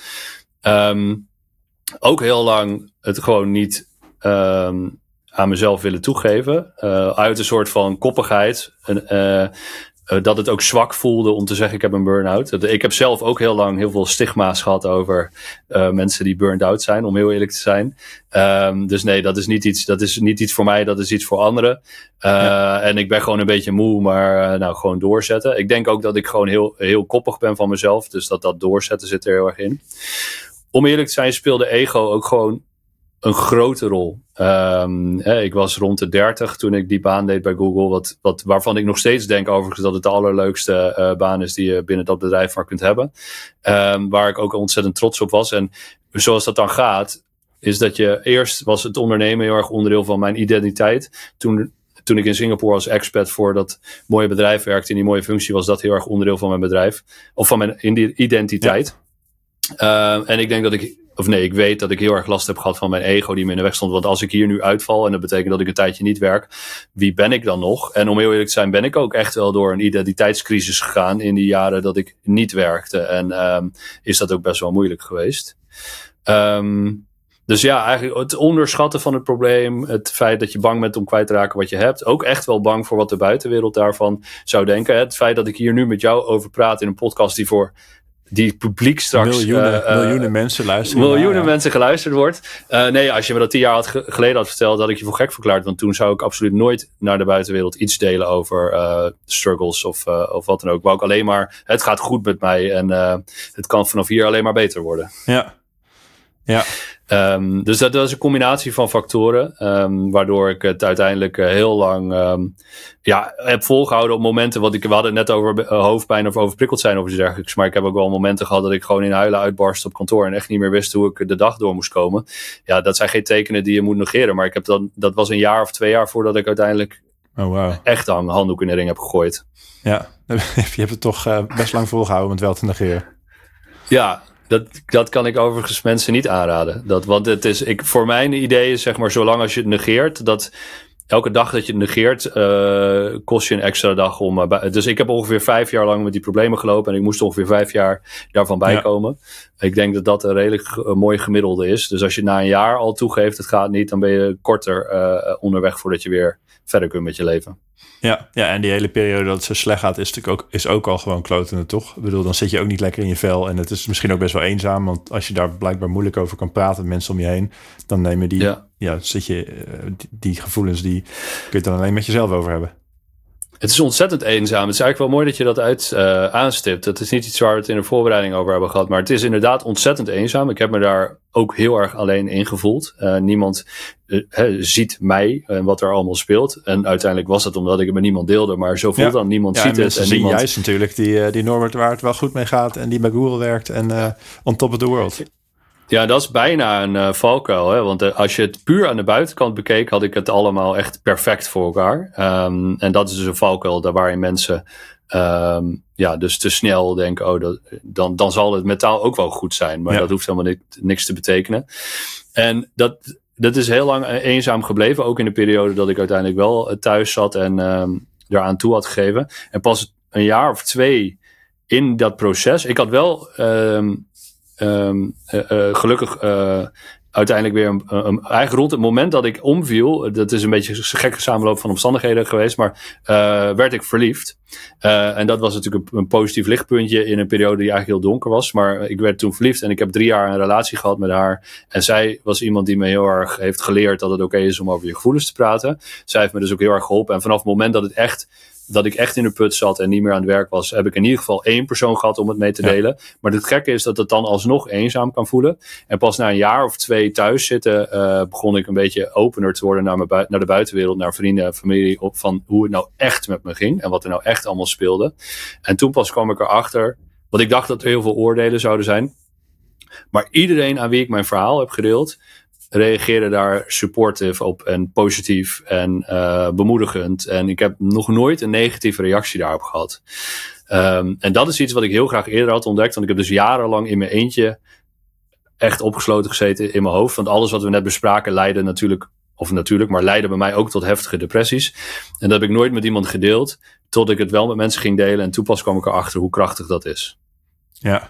Um, ook heel lang het gewoon niet um, aan mezelf willen toegeven. Uh, uit een soort van koppigheid. Uh, uh, dat het ook zwak voelde om te zeggen ik heb een burn-out. Ik heb zelf ook heel lang heel veel stigma's gehad over uh, mensen die burned out zijn, om heel eerlijk te zijn. Um, dus nee, dat is niet iets, dat is niet iets voor mij, dat is iets voor anderen. Uh, ja. En ik ben gewoon een beetje moe, maar uh, nou gewoon doorzetten. Ik denk ook dat ik gewoon heel, heel koppig ben van mezelf. Dus dat dat doorzetten zit er heel erg in. Om eerlijk te zijn speelde ego ook gewoon een grote rol. Um, hè, ik was rond de dertig toen ik die baan deed bij Google, wat, wat, waarvan ik nog steeds denk overigens dat het de allerleukste uh, baan is die je binnen dat bedrijf maar kunt hebben. Um, waar ik ook ontzettend trots op was. En zoals dat dan gaat, is dat je eerst was het ondernemen heel erg onderdeel van mijn identiteit. Toen, toen ik in Singapore als expat voor dat mooie bedrijf werkte, in die mooie functie, was dat heel erg onderdeel van mijn bedrijf. Of van mijn identiteit. Ja. Uh, en ik denk dat ik Of nee, ik weet dat ik heel erg last heb gehad van mijn ego die me in de weg stond. Want als ik hier nu uitval en dat betekent dat ik een tijdje niet werk, wie ben ik dan nog? En om heel eerlijk te zijn ben ik ook echt wel door een identiteitscrisis gegaan in die jaren dat ik niet werkte. En um, is dat ook best wel moeilijk geweest. Um, dus ja, eigenlijk het onderschatten van het probleem, het feit dat je bang bent om kwijt te raken wat je hebt. Ook echt wel bang voor wat de buitenwereld daarvan zou denken. Het feit dat ik hier nu met jou over praat in een podcast die voor die publiek straks... Miljoenen, uh, miljoenen mensen luisteren. Miljoenen naar, ja. mensen geluisterd wordt. Uh, nee, als je me dat tien jaar had ge- geleden had verteld, had ik je voor gek verklaard. Want toen zou ik absoluut nooit naar de buitenwereld iets delen over uh, struggles of, uh, of wat dan ook. Wou ik alleen maar, het gaat goed met mij en uh, het kan vanaf hier alleen maar beter worden. Ja, ja. Um, dus dat, dat is een combinatie van factoren, um, waardoor ik het uiteindelijk uh, heel lang um, ja, heb volgehouden op momenten, wat ik, we hadden het net over uh, hoofdpijn of overprikkeld zijn of iets dergelijks, maar ik heb ook wel momenten gehad dat ik gewoon in huilen uitbarst op kantoor en echt niet meer wist hoe ik de dag door moest komen. Ja, dat zijn geen tekenen die je moet negeren, maar ik heb dan, dat was een jaar of twee jaar voordat ik uiteindelijk oh, wow. echt een handdoek in de ring heb gegooid. Ja, je hebt het toch uh, best lang volgehouden om het wel te negeren. Ja, Dat, dat kan ik overigens mensen niet aanraden. Dat, want het is, ik, voor mijn idee is zeg maar, zolang als je het negeert, dat elke dag dat je het negeert, uh, kost je een extra dag om... Uh, bij, dus ik heb ongeveer vijf jaar lang met die problemen gelopen en ik moest ongeveer vijf jaar daarvan bijkomen. Ja. Ik denk dat dat een redelijk uh, mooi gemiddelde is. Dus als je na een jaar al toegeeft, het gaat niet, dan ben je korter uh, onderweg voordat je weer verder kunt met je leven. Ja, ja, en die hele periode dat het zo slecht gaat, is natuurlijk ook, is ook al gewoon klotende, toch? Ik bedoel, dan zit je ook niet lekker in je vel. En het is misschien ook best wel eenzaam. Want als je daar blijkbaar moeilijk over kan praten met mensen om je heen, dan nemen die, ja, ja zit je, uh, die, die gevoelens, die kun je dan alleen met jezelf over hebben. Het is ontzettend eenzaam. Het is eigenlijk wel mooi dat je dat uit uh, aanstipt. Dat is niet iets waar we het in de voorbereiding over hebben gehad. Maar het is inderdaad ontzettend eenzaam. Ik heb me daar ook heel erg alleen in gevoeld. Uh, niemand uh, he, ziet mij en wat er allemaal speelt. En uiteindelijk was het omdat ik het met niemand deelde. Maar zo voelt ja. dan niemand ja, ziet en het. En zien niemand... juist natuurlijk die, die Norbert waar het wel goed mee gaat. En die bij Google werkt en uh, on top of the world. Ja, dat is bijna een uh, valkuil. Hè? Want uh, als je het puur aan de buitenkant bekeek, had ik het allemaal echt perfect voor elkaar. Um, en dat is dus een valkuil daar waarin mensen um, ja, dus te snel denken, oh, dat, dan, dan zal het metaal ook wel goed zijn. Maar ja. dat hoeft helemaal niks, niks te betekenen. En dat, dat is heel lang eenzaam gebleven. Ook in de periode dat ik uiteindelijk wel thuis zat en um, eraan toe had gegeven. En pas een jaar of twee in dat proces. Ik had wel... Um, Um, uh, uh, gelukkig uh, uiteindelijk weer een, een, eigenlijk rond het moment dat ik omviel, dat is een beetje een gekke samenloop van omstandigheden geweest, maar uh, werd ik verliefd. Uh, en dat was natuurlijk een, een positief lichtpuntje in een periode die eigenlijk heel donker was, maar ik werd toen verliefd en ik heb drie jaar een relatie gehad met haar en zij was iemand die me heel erg heeft geleerd dat het oké is om over je gevoelens te praten. Zij heeft me dus ook heel erg geholpen en vanaf het moment dat het echt dat ik echt in de put zat en niet meer aan het werk was, heb ik in ieder geval één persoon gehad om het mee te delen. Ja. Maar het gekke is dat het dan alsnog eenzaam kan voelen. En pas na een jaar of twee thuis zitten, uh, begon ik een beetje opener te worden naar, mijn bui- naar de buitenwereld, naar vrienden en familie, op van hoe het nou echt met me ging en wat er nou echt allemaal speelde. En toen pas kwam ik erachter, want ik dacht dat er heel veel oordelen zouden zijn. Maar iedereen aan wie ik mijn verhaal heb gedeeld, reageerde daar supportive op en positief en uh, bemoedigend. En ik heb nog nooit een negatieve reactie daarop gehad. Um, en dat is iets wat ik heel graag eerder had ontdekt. Want ik heb dus jarenlang in mijn eentje echt opgesloten gezeten in mijn hoofd. Want alles wat we net bespraken leidde natuurlijk, of natuurlijk, maar leidde bij mij ook tot heftige depressies. En dat heb ik nooit met iemand gedeeld, tot ik het wel met mensen ging delen. En toen pas kwam ik erachter hoe krachtig dat is. Ja.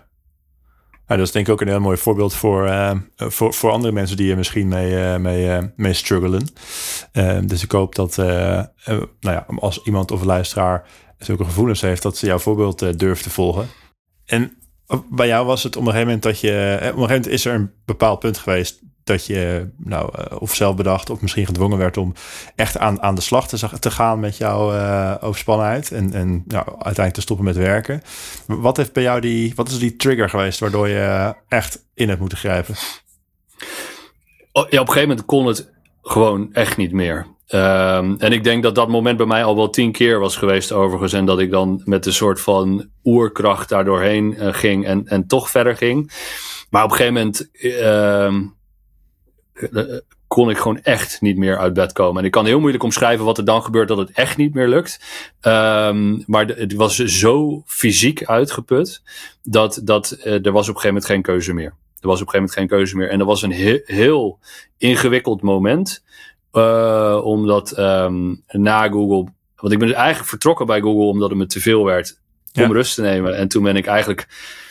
Ja, dat is denk ik ook een heel mooi voorbeeld voor, uh, voor, voor andere mensen die er misschien mee, uh, mee, uh, mee struggelen. Uh, dus ik hoop dat uh, uh, nou ja, als iemand of een luisteraar zulke gevoelens heeft, dat ze jouw voorbeeld uh, durft te volgen. En bij jou was het op een gegeven moment dat je... Uh, op een gegeven moment is er een bepaald punt geweest dat je nou, uh, of zelf bedacht of misschien gedwongen werd om echt aan, aan de slag te, te gaan met jouw uh, overspannenheid en, en nou, uiteindelijk te stoppen met werken. Wat heeft bij jou die, wat is die trigger geweest waardoor je echt in hebt moeten grijpen? Oh, ja, op een gegeven moment kon het gewoon echt niet meer. Um, en ik denk dat dat moment bij mij al wel tien keer was geweest overigens. En dat ik dan met een soort van oerkracht daar doorheen uh, ging en, en toch verder ging. Maar op een gegeven moment Uh, kon ik gewoon echt niet meer uit bed komen. En ik kan heel moeilijk omschrijven wat er dan gebeurt dat het echt niet meer lukt. Um, maar de, het was zo fysiek uitgeput dat, dat uh, er was op een gegeven moment geen keuze meer. Er was op een gegeven moment geen keuze meer. En er was een he- heel ingewikkeld moment. Uh, omdat um, na Google... Want ik ben dus eigenlijk vertrokken bij Google omdat het me te veel werd om ja. rust te nemen. En toen ben ik eigenlijk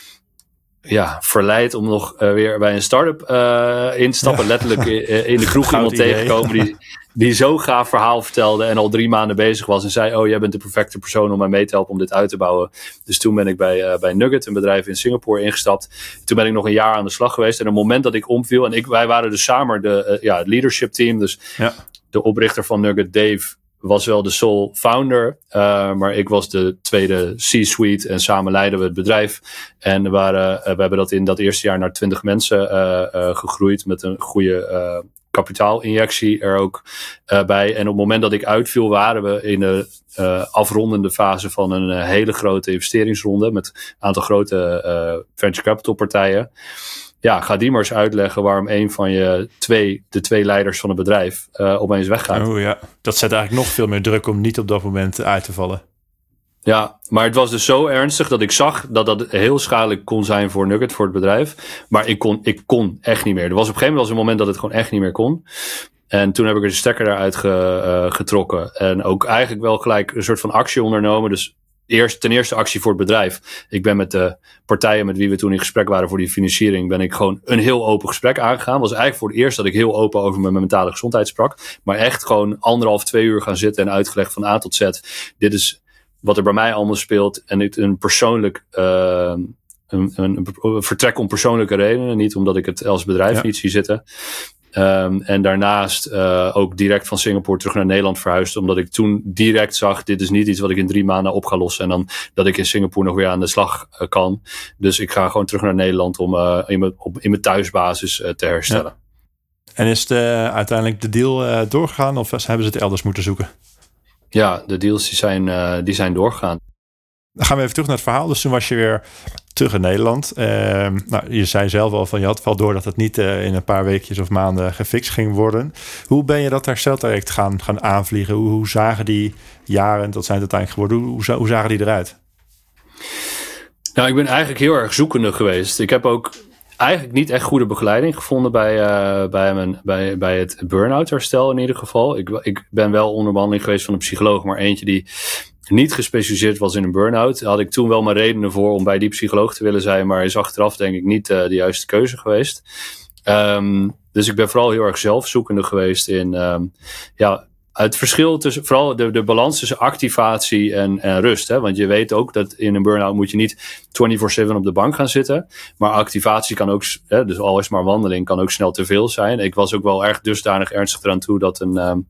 ja, verleid om nog uh, weer bij een start-up uh, in te stappen. Ja. Letterlijk in, in de kroeg iemand idee. tegenkomen die, die zo'n gaaf verhaal vertelde en al drie maanden bezig was en zei, oh, jij bent de perfecte persoon om mij mee te helpen om dit uit te bouwen. Dus toen ben ik bij, uh, bij Nugget, een bedrijf in Singapore, ingestapt. Toen ben ik nog een jaar aan de slag geweest. En op het moment dat ik omviel, en ik, wij waren dus samen de, uh, ja, het leadership team, dus ja. De oprichter van Nugget, Dave, was wel de sole founder, uh, maar ik was de tweede C-suite en samen leidden we het bedrijf. En we, waren, uh, we hebben dat in dat eerste jaar naar twintig mensen uh, uh, gegroeid met een goede uh, kapitaalinjectie er ook uh, bij. En op het moment dat ik uitviel waren we in de uh, afrondende fase van een uh, hele grote investeringsronde met een aantal grote uh, venture capital partijen. Ja, ga die maar eens uitleggen waarom een van je twee, de twee leiders van het bedrijf uh, opeens weggaat. Oh ja, dat zet eigenlijk nog veel meer druk om niet op dat moment uit te vallen. Ja, maar het was dus zo ernstig dat ik zag dat dat heel schadelijk kon zijn voor Nugget, voor het bedrijf. Maar ik kon, ik kon echt niet meer. Er was op een gegeven moment was een moment dat het gewoon echt niet meer kon. En toen heb ik er de stekker eruit ge, uh, getrokken. En ook eigenlijk wel gelijk een soort van actie ondernomen. Dus eerst, ten eerste actie voor het bedrijf. Ik ben met de partijen met wie we toen in gesprek waren voor die financiering, ben ik gewoon een heel open gesprek aangegaan. Was eigenlijk voor het eerst dat ik heel open over mijn mentale gezondheid sprak. Maar echt gewoon anderhalf, twee uur gaan zitten en uitgelegd van A tot Z. Dit is wat er bij mij allemaal speelt. En het een persoonlijk uh, een, een, een vertrek om persoonlijke redenen. Niet omdat ik het als bedrijf ja. niet zie zitten. Um, en daarnaast uh, ook direct van Singapore terug naar Nederland verhuisd. Omdat ik toen direct zag, dit is niet iets wat ik in drie maanden op ga lossen. En dan dat ik in Singapore nog weer aan de slag uh, kan. Dus ik ga gewoon terug naar Nederland om uh, in, mijn, op, in mijn thuisbasis uh, te herstellen. Ja. En is de, uiteindelijk de deal uh, doorgegaan of hebben ze het elders moeten zoeken? Ja, de deals die zijn, uh, die zijn doorgegaan. Dan gaan we even terug naar het verhaal. Dus toen was je weer terug in Nederland. Uh, nou, je zei zelf al van je had wel door dat het niet uh, in een paar weekjes of maanden gefixt ging worden. Hoe ben je dat hersteltraject gaan, gaan aanvliegen? Hoe, hoe zagen die jaren, dat zijn het uiteindelijk geworden, hoe, hoe, hoe zagen die eruit? Nou, ik ben eigenlijk heel erg zoekende geweest. Ik heb ook eigenlijk niet echt goede begeleiding gevonden bij, uh, bij, mijn, bij, bij het burn-out herstel in ieder geval. Ik, ik ben wel onder behandeling geweest van een psycholoog, maar eentje die niet gespecialiseerd was in een burn-out. Daar had ik toen wel mijn redenen voor om bij die psycholoog te willen zijn, maar is achteraf denk ik niet uh, de juiste keuze geweest. Um, dus ik ben vooral heel erg zelfzoekende geweest in um, ja, het verschil tussen, vooral de, de balans tussen activatie en, en rust. Hè? Want je weet ook dat in een burn-out moet je niet vierentwintig zeven op de bank gaan zitten. Maar activatie kan ook, hè, dus al is maar wandeling, kan ook snel te veel zijn. Ik was ook wel erg dusdanig ernstig eraan toe dat een, um,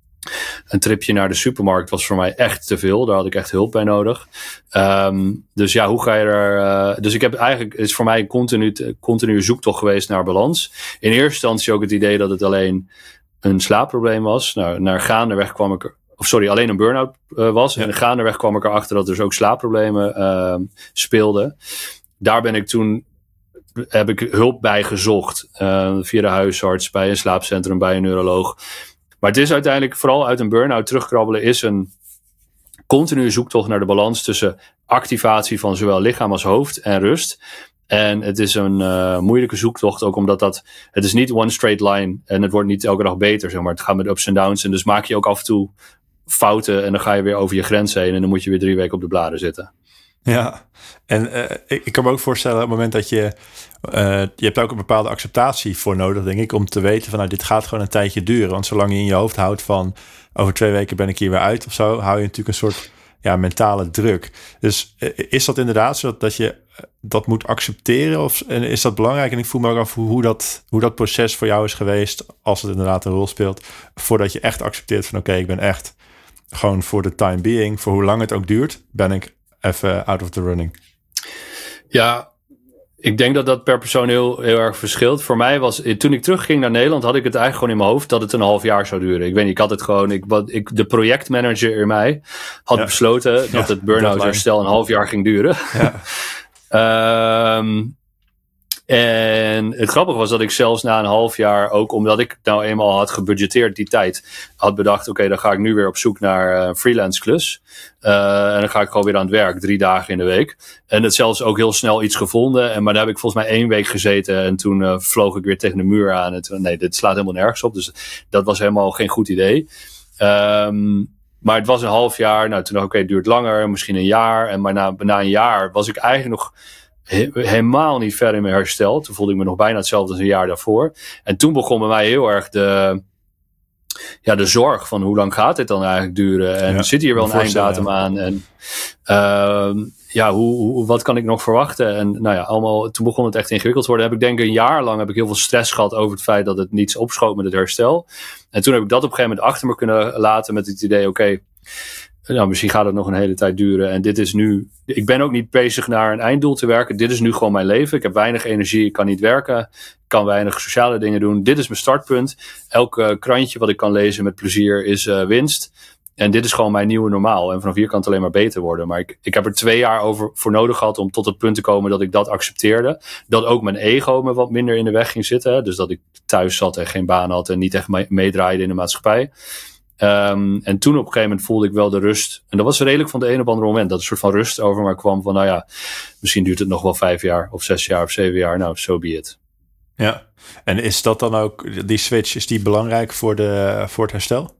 een tripje naar de supermarkt was voor mij echt te veel. Daar had ik echt hulp bij nodig. Um, dus ja, hoe ga je er... Uh, dus ik heb eigenlijk, het is voor mij een continu, continue zoektocht geweest naar balans. In eerste instantie ook het idee dat het alleen een slaapprobleem was. Nou, naar gaandeweg kwam ik er, of sorry, alleen een burn-out uh, was. Ja. En gaandeweg kwam ik erachter dat er dus ook slaapproblemen uh, speelden. Daar ben ik toen, heb ik hulp bij gezocht. Uh, via de huisarts, bij een slaapcentrum, bij een neuroloog. Maar het is uiteindelijk, vooral uit een burn-out terugkrabbelen, is een continue zoektocht naar de balans tussen activatie van zowel lichaam als hoofd en rust. En het is een uh, moeilijke zoektocht, ook omdat dat, het is niet one straight line en het wordt niet elke dag beter, zeg maar. Het gaat met ups en downs en dus maak je ook af en toe fouten en dan ga je weer over je grens heen en dan moet je weer drie weken op de bladen zitten. Ja, en uh, ik, ik kan me ook voorstellen op het moment dat je, uh, je hebt ook een bepaalde acceptatie voor nodig, denk ik, om te weten van nou, dit gaat gewoon een tijdje duren. Want zolang je in je hoofd houdt van over twee weken ben ik hier weer uit of zo, hou je natuurlijk een soort ja, mentale druk. Dus uh, is dat inderdaad zo dat je dat moet accepteren? Of en is dat belangrijk? En ik voel me ook af hoe, hoe, dat, hoe dat proces voor jou is geweest, als het inderdaad een rol speelt, voordat je echt accepteert van oké, okay, ik ben echt gewoon voor de time being, voor hoe lang het ook duurt, ben ik even out of the running. Ja, ik denk dat dat per persoon heel, heel erg verschilt. Voor mij was, toen ik terugging naar Nederland, had ik het eigenlijk gewoon in mijn hoofd dat het een half jaar zou duren. Ik weet niet, ik had het gewoon, ik, ik, de projectmanager in mij had ja. besloten dat ja, het burn-out herstel een half jaar ging duren. Ja. um, En het grappige was dat ik zelfs na een half jaar, ook omdat ik nou eenmaal had gebudgeteerd die tijd, had bedacht, oké, okay, dan ga ik nu weer op zoek naar een freelance klus. Uh, en dan ga ik gewoon weer aan het werk, drie dagen in de week. En het zelfs ook heel snel iets gevonden. En, maar daar heb ik volgens mij één week gezeten en toen uh, vloog ik weer tegen de muur aan. En toen, nee, dit slaat helemaal nergens op. Dus dat was helemaal geen goed idee. Um, maar het was een half jaar. Nou, toen dacht ik, oké, okay, het duurt langer, misschien een jaar. En maar na, na een jaar was ik eigenlijk nog He- helemaal niet ver in mijn herstel. Toen voelde ik me nog bijna hetzelfde als een jaar daarvoor. En toen begon bij mij heel erg de, ja, de zorg van hoe lang gaat dit dan eigenlijk duren? En ja, zit hier wel een einddatum ja. aan? En uh, ja, hoe, hoe, wat kan ik nog verwachten? En nou ja, allemaal, toen begon het echt ingewikkeld te worden. Heb ik denk een jaar lang heb ik heel veel stress gehad over het feit dat het niets opschoot met het herstel. En toen heb ik dat op een gegeven moment achter me kunnen laten met het idee, oké, okay, nou, misschien gaat het nog een hele tijd duren. En dit is nu, ik ben ook niet bezig naar een einddoel te werken. Dit is nu gewoon mijn leven. Ik heb weinig energie, ik kan niet werken. Ik kan weinig sociale dingen doen. Dit is mijn startpunt. Elk uh, krantje wat ik kan lezen met plezier is uh, winst. En dit is gewoon mijn nieuwe normaal. En vanaf hier kan het alleen maar beter worden. Maar ik, ik heb er twee jaar over voor nodig gehad om tot het punt te komen dat ik dat accepteerde. Dat ook mijn ego me wat minder in de weg ging zitten. Dus dat ik thuis zat en geen baan had en niet echt me- meedraaide in de maatschappij. Um, en toen op een gegeven moment voelde ik wel de rust. En dat was redelijk van de een op andere moment. Dat een soort van rust over me kwam van, nou ja, misschien duurt het nog wel vijf jaar of zes jaar of zeven jaar. Nou, so be it. Ja, en is dat dan ook, die switch, is die belangrijk voor, de, voor het herstel?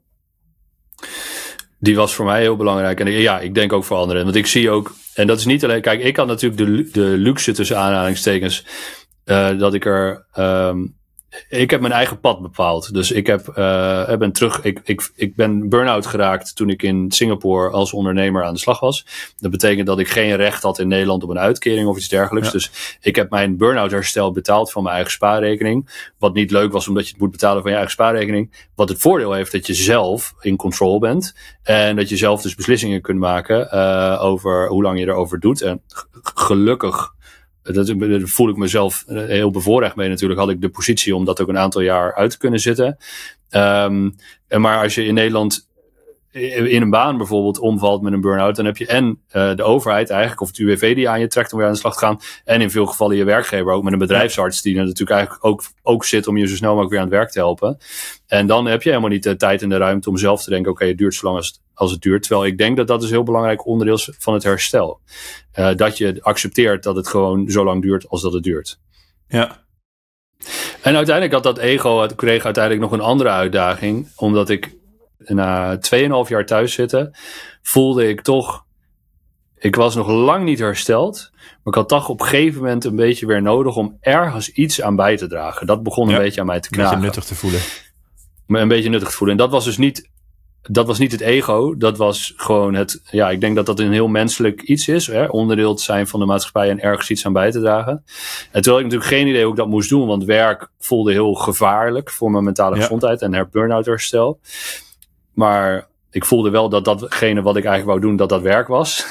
Die was voor mij heel belangrijk. En ja, ik denk ook voor anderen. Want ik zie ook, en dat is niet alleen, kijk, ik had natuurlijk de, de luxe tussen aanhalingstekens, uh, dat ik er, um, ik heb mijn eigen pad bepaald. Dus ik heb, uh, ben terug, ik, ik, ik ben burn-out geraakt toen ik in Singapore als ondernemer aan de slag was. Dat betekent dat ik geen recht had in Nederland op een uitkering of iets dergelijks. Ja. Dus ik heb mijn burn-out herstel betaald van mijn eigen spaarrekening. Wat niet leuk was, omdat je het moet betalen van je eigen spaarrekening. Wat het voordeel heeft dat je zelf in control bent. En dat je zelf dus beslissingen kunt maken uh, over hoe lang je erover doet. En g- gelukkig, dat, daar voel ik mezelf heel bevoorrecht mee natuurlijk, had ik de positie om dat ook een aantal jaar uit te kunnen zitten. Um, en maar als je in Nederland in een baan bijvoorbeeld omvalt met een burn-out, dan heb je en uh, de overheid eigenlijk, of het U W V die aan je trekt om weer aan de slag te gaan, en in veel gevallen je werkgever ook met een bedrijfsarts die er natuurlijk eigenlijk ook, ook zit om je zo snel mogelijk weer aan het werk te helpen. En dan heb je helemaal niet de tijd en de ruimte om zelf te denken, oké, okay, het duurt zo lang als het, als het duurt. Terwijl ik denk dat dat dus een heel belangrijk onderdeel is van het herstel. Uh, dat je accepteert dat het gewoon zo lang duurt als dat het duurt. Ja. En uiteindelijk had dat ego, kreeg uiteindelijk nog een andere uitdaging, omdat ik na tweeënhalf jaar thuis zitten, voelde ik toch, ik was nog lang niet hersteld, maar ik had toch op een gegeven moment een beetje weer nodig om ergens iets aan bij te dragen. Dat begon een ja, beetje aan mij te knagen. Een beetje nuttig te voelen. Maar een beetje nuttig te voelen. En dat was dus niet, dat was niet het ego, dat was gewoon het, ja, ik denk dat dat een heel menselijk iets is, hè? Onderdeel te zijn van de maatschappij en ergens iets aan bij te dragen. En toen had ik natuurlijk geen idee hoe ik dat moest doen, want werk voelde heel gevaarlijk voor mijn mentale ja. gezondheid en her burn-out herstel. Maar ik voelde wel dat datgene wat ik eigenlijk wou doen, dat dat werk was.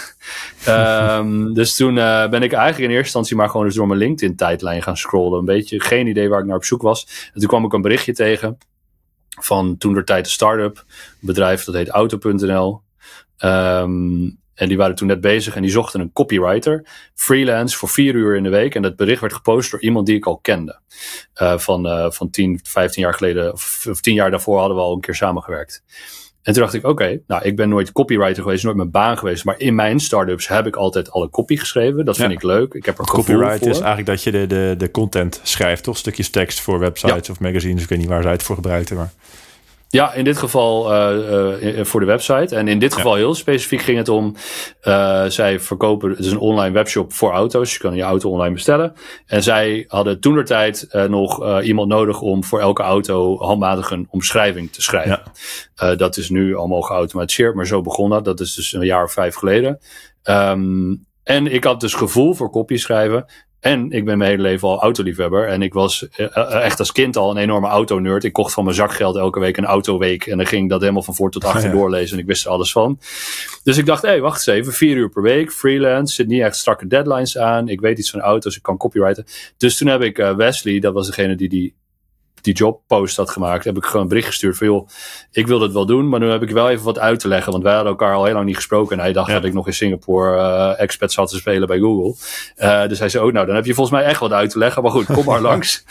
um, dus toen uh, ben ik eigenlijk in eerste instantie maar gewoon eens door mijn LinkedIn-tijdlijn gaan scrollen. Een beetje geen idee waar ik naar op zoek was. En toen kwam ik een berichtje tegen van toentertijd een start-up. Een bedrijf dat heet auto punt n l. Um, en die waren toen net bezig en die zochten een copywriter. Freelance voor vier uur in de week. En dat bericht werd gepost door iemand die ik al kende. Uh, van, uh, van tien, vijftien jaar geleden, of, of tien jaar daarvoor hadden we al een keer samengewerkt. En toen dacht ik, oké, okay, nou, ik ben nooit copywriter geweest, nooit mijn baan geweest. Maar in mijn startups heb ik altijd alle copy geschreven. Dat vind ja. ik leuk. Ik heb er gevoel Copyright voor. is eigenlijk dat je de, de, de content schrijft, toch? Stukjes tekst voor websites ja. of magazines. Ik weet niet waar zij het voor gebruikten, maar... Ja, in dit geval uh, uh, voor de website. En in dit geval ja. heel specifiek ging het om, uh, zij verkopen, het is een online webshop voor auto's. Je kan je auto online bestellen. En zij hadden toentertijd uh, nog uh, iemand nodig om voor elke auto handmatig een omschrijving te schrijven. Ja. Uh, dat is nu allemaal geautomatiseerd, maar zo begon dat. Dat is dus een jaar of vijf geleden. Um, en ik had dus gevoel voor copy schrijven. En ik ben mijn hele leven al autoliefhebber. En ik was uh, echt als kind al een enorme autonerd. Ik kocht van mijn zakgeld elke week een autoweek. En dan ging ik dat helemaal van voor tot achter oh, ja. doorlezen. En ik wist er alles van. Dus ik dacht, hé, hey, wacht eens even. Vier uur per week, freelance. Zit niet echt strakke deadlines aan. Ik weet iets van auto's, ik kan copywriten. Dus toen heb ik uh, Wesley, dat was degene die die... die jobpost had gemaakt, heb ik gewoon een bericht gestuurd van, joh, ik wil dit wel doen, maar nu heb ik wel even wat uit te leggen, want wij hadden elkaar al heel lang niet gesproken en hij dacht ja. dat ik nog in Singapore uh, expats had te spelen bij Google. Uh, dus hij zei, oh, nou, dan heb je volgens mij echt wat uit te leggen, maar goed, kom maar langs.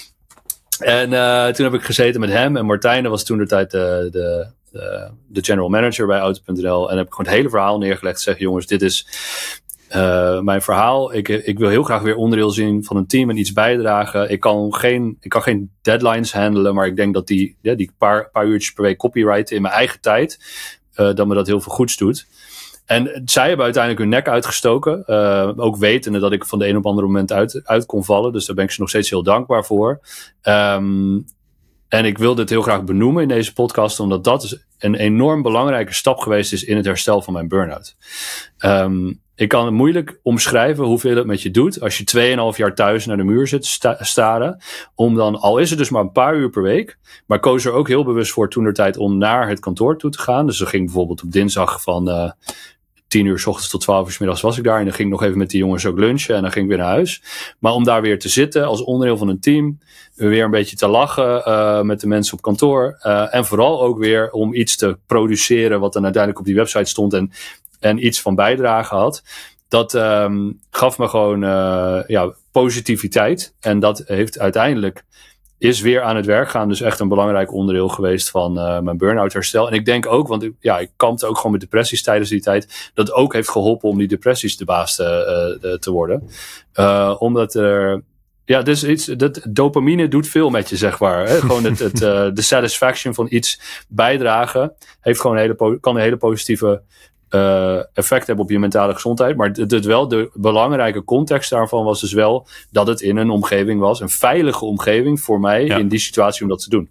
En uh, toen heb ik gezeten met hem en Martijn, dat was toen de tijd de, de, de, de general manager bij auto punt n l en heb ik gewoon het hele verhaal neergelegd, zeggen, jongens, dit is Uh, mijn verhaal, ik, ik wil heel graag weer onderdeel zien van een team en iets bijdragen. Ik kan geen, ik kan geen deadlines handelen, maar ik denk dat die, ja, die paar, paar uurtjes per week copyrighten in mijn eigen tijd, uh, dat me dat heel veel goeds doet. En zij hebben uiteindelijk hun nek uitgestoken, uh, ook wetende dat ik van de een op andere moment uit, uit kon vallen. Dus daar ben ik ze nog steeds heel dankbaar voor. Um, En ik wil dit heel graag benoemen in deze podcast, omdat dat dus een enorm belangrijke stap geweest is in het herstel van mijn burn-out. Um, ik kan het moeilijk omschrijven hoeveel het met je doet als je tweeënhalf jaar thuis naar de muur zit sta- staren. Om dan, al is het dus maar een paar uur per week, maar koos er ook heel bewust voor toentertijd om naar het kantoor toe te gaan. Dus dan ging bijvoorbeeld op dinsdag van uh, tien uur 's ochtends tot twaalf uur 's middags was ik daar. En dan ging ik nog even met die jongens ook lunchen en dan ging ik weer naar huis. Maar om daar weer te zitten als onderdeel van een team, weer een beetje te lachen uh, met de mensen op kantoor. Uh, en vooral ook weer om iets te produceren wat dan uiteindelijk op die website stond en, en iets van bijdrage had. Dat um, gaf me gewoon uh, ja, positiviteit. En dat heeft uiteindelijk is weer aan het werk gaan. Dus echt een belangrijk onderdeel geweest van uh, mijn burn-out herstel. En ik denk ook, want ik, ja, ik kampte ook gewoon met depressies tijdens die tijd. Dat ook heeft geholpen om die depressies de baas te, uh, te worden. Uh, omdat er... Ja, dus iets, dat dopamine doet veel met je, zeg maar. Hè? Gewoon het, het, uh, de satisfaction van iets bijdragen heeft gewoon een hele, kan een hele positieve uh, effect hebben op je mentale gezondheid. Maar het, het wel, de belangrijke context daarvan was dus wel dat het in een omgeving was, een veilige omgeving voor mij ja. in die situatie om dat te doen.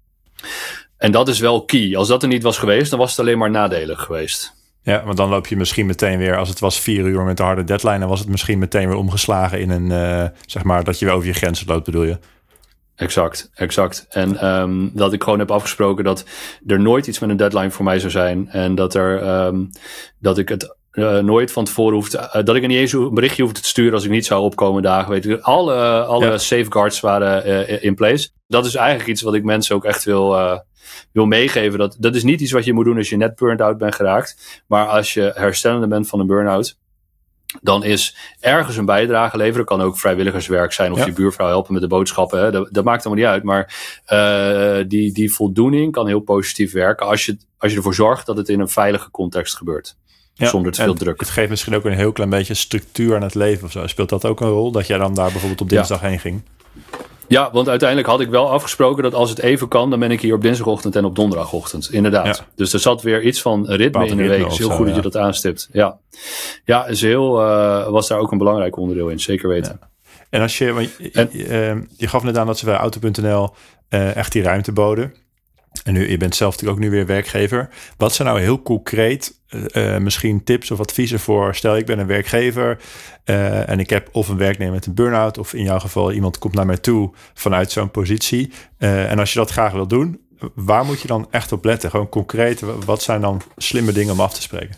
En dat is wel key. Als dat er niet was geweest, dan was het alleen maar nadelig geweest. Ja, want dan loop je misschien meteen weer, als het was vier uur met een harde deadline, dan was het misschien meteen weer omgeslagen in een, uh, zeg maar, dat je weer over je grenzen loopt, bedoel je? Exact, exact. En um, dat ik gewoon heb afgesproken dat er nooit iets met een deadline voor mij zou zijn. En dat er, um, dat ik het uh, nooit van tevoren hoefde, uh, dat ik er niet eens een berichtje hoefde te sturen als ik niet zou opkomen dagen. Weet je, alle, uh, alle ja. safeguards waren uh, in place. Dat is eigenlijk iets wat ik mensen ook echt wil, uh, wil meegeven. Dat, dat is niet iets wat je moet doen als je net burnt out bent geraakt. Maar als je herstellende bent van een burn-out, dan is ergens een bijdrage leveren. Kan ook vrijwilligerswerk zijn of ja. je buurvrouw helpen met de boodschappen. Hè. Dat, dat maakt allemaal niet uit. Maar uh, die, die voldoening kan heel positief werken als je, als je ervoor zorgt dat het in een veilige context gebeurt. Ja, zonder te veel druk. Het geeft misschien ook een heel klein beetje structuur aan het leven of zo. Speelt dat ook een rol? Dat jij dan daar bijvoorbeeld op dinsdag ja. heen ging? Ja, want uiteindelijk had ik wel afgesproken dat als het even kan, dan ben ik hier op dinsdagochtend en op donderdagochtend. Inderdaad. Ja. Dus er zat weer iets van ritme in de week. Het is heel goed ja. dat je dat aanstipt. Ja, ja is heel, uh, was daar ook een belangrijk onderdeel in. Zeker weten. Ja. En als je, want je, en, je, je gaf net aan dat ze bij Auto punt n l uh, echt die ruimte boden. En nu, je bent zelf natuurlijk ook nu weer werkgever. Wat zijn nou heel concreet uh, misschien tips of adviezen voor, stel ik ben een werkgever uh, en ik heb of een werknemer met een burn-out of in jouw geval iemand komt naar mij toe vanuit zo'n positie. Uh, en als je dat graag wil doen, waar moet je dan echt op letten? Gewoon concreet, wat zijn dan slimme dingen om af te spreken?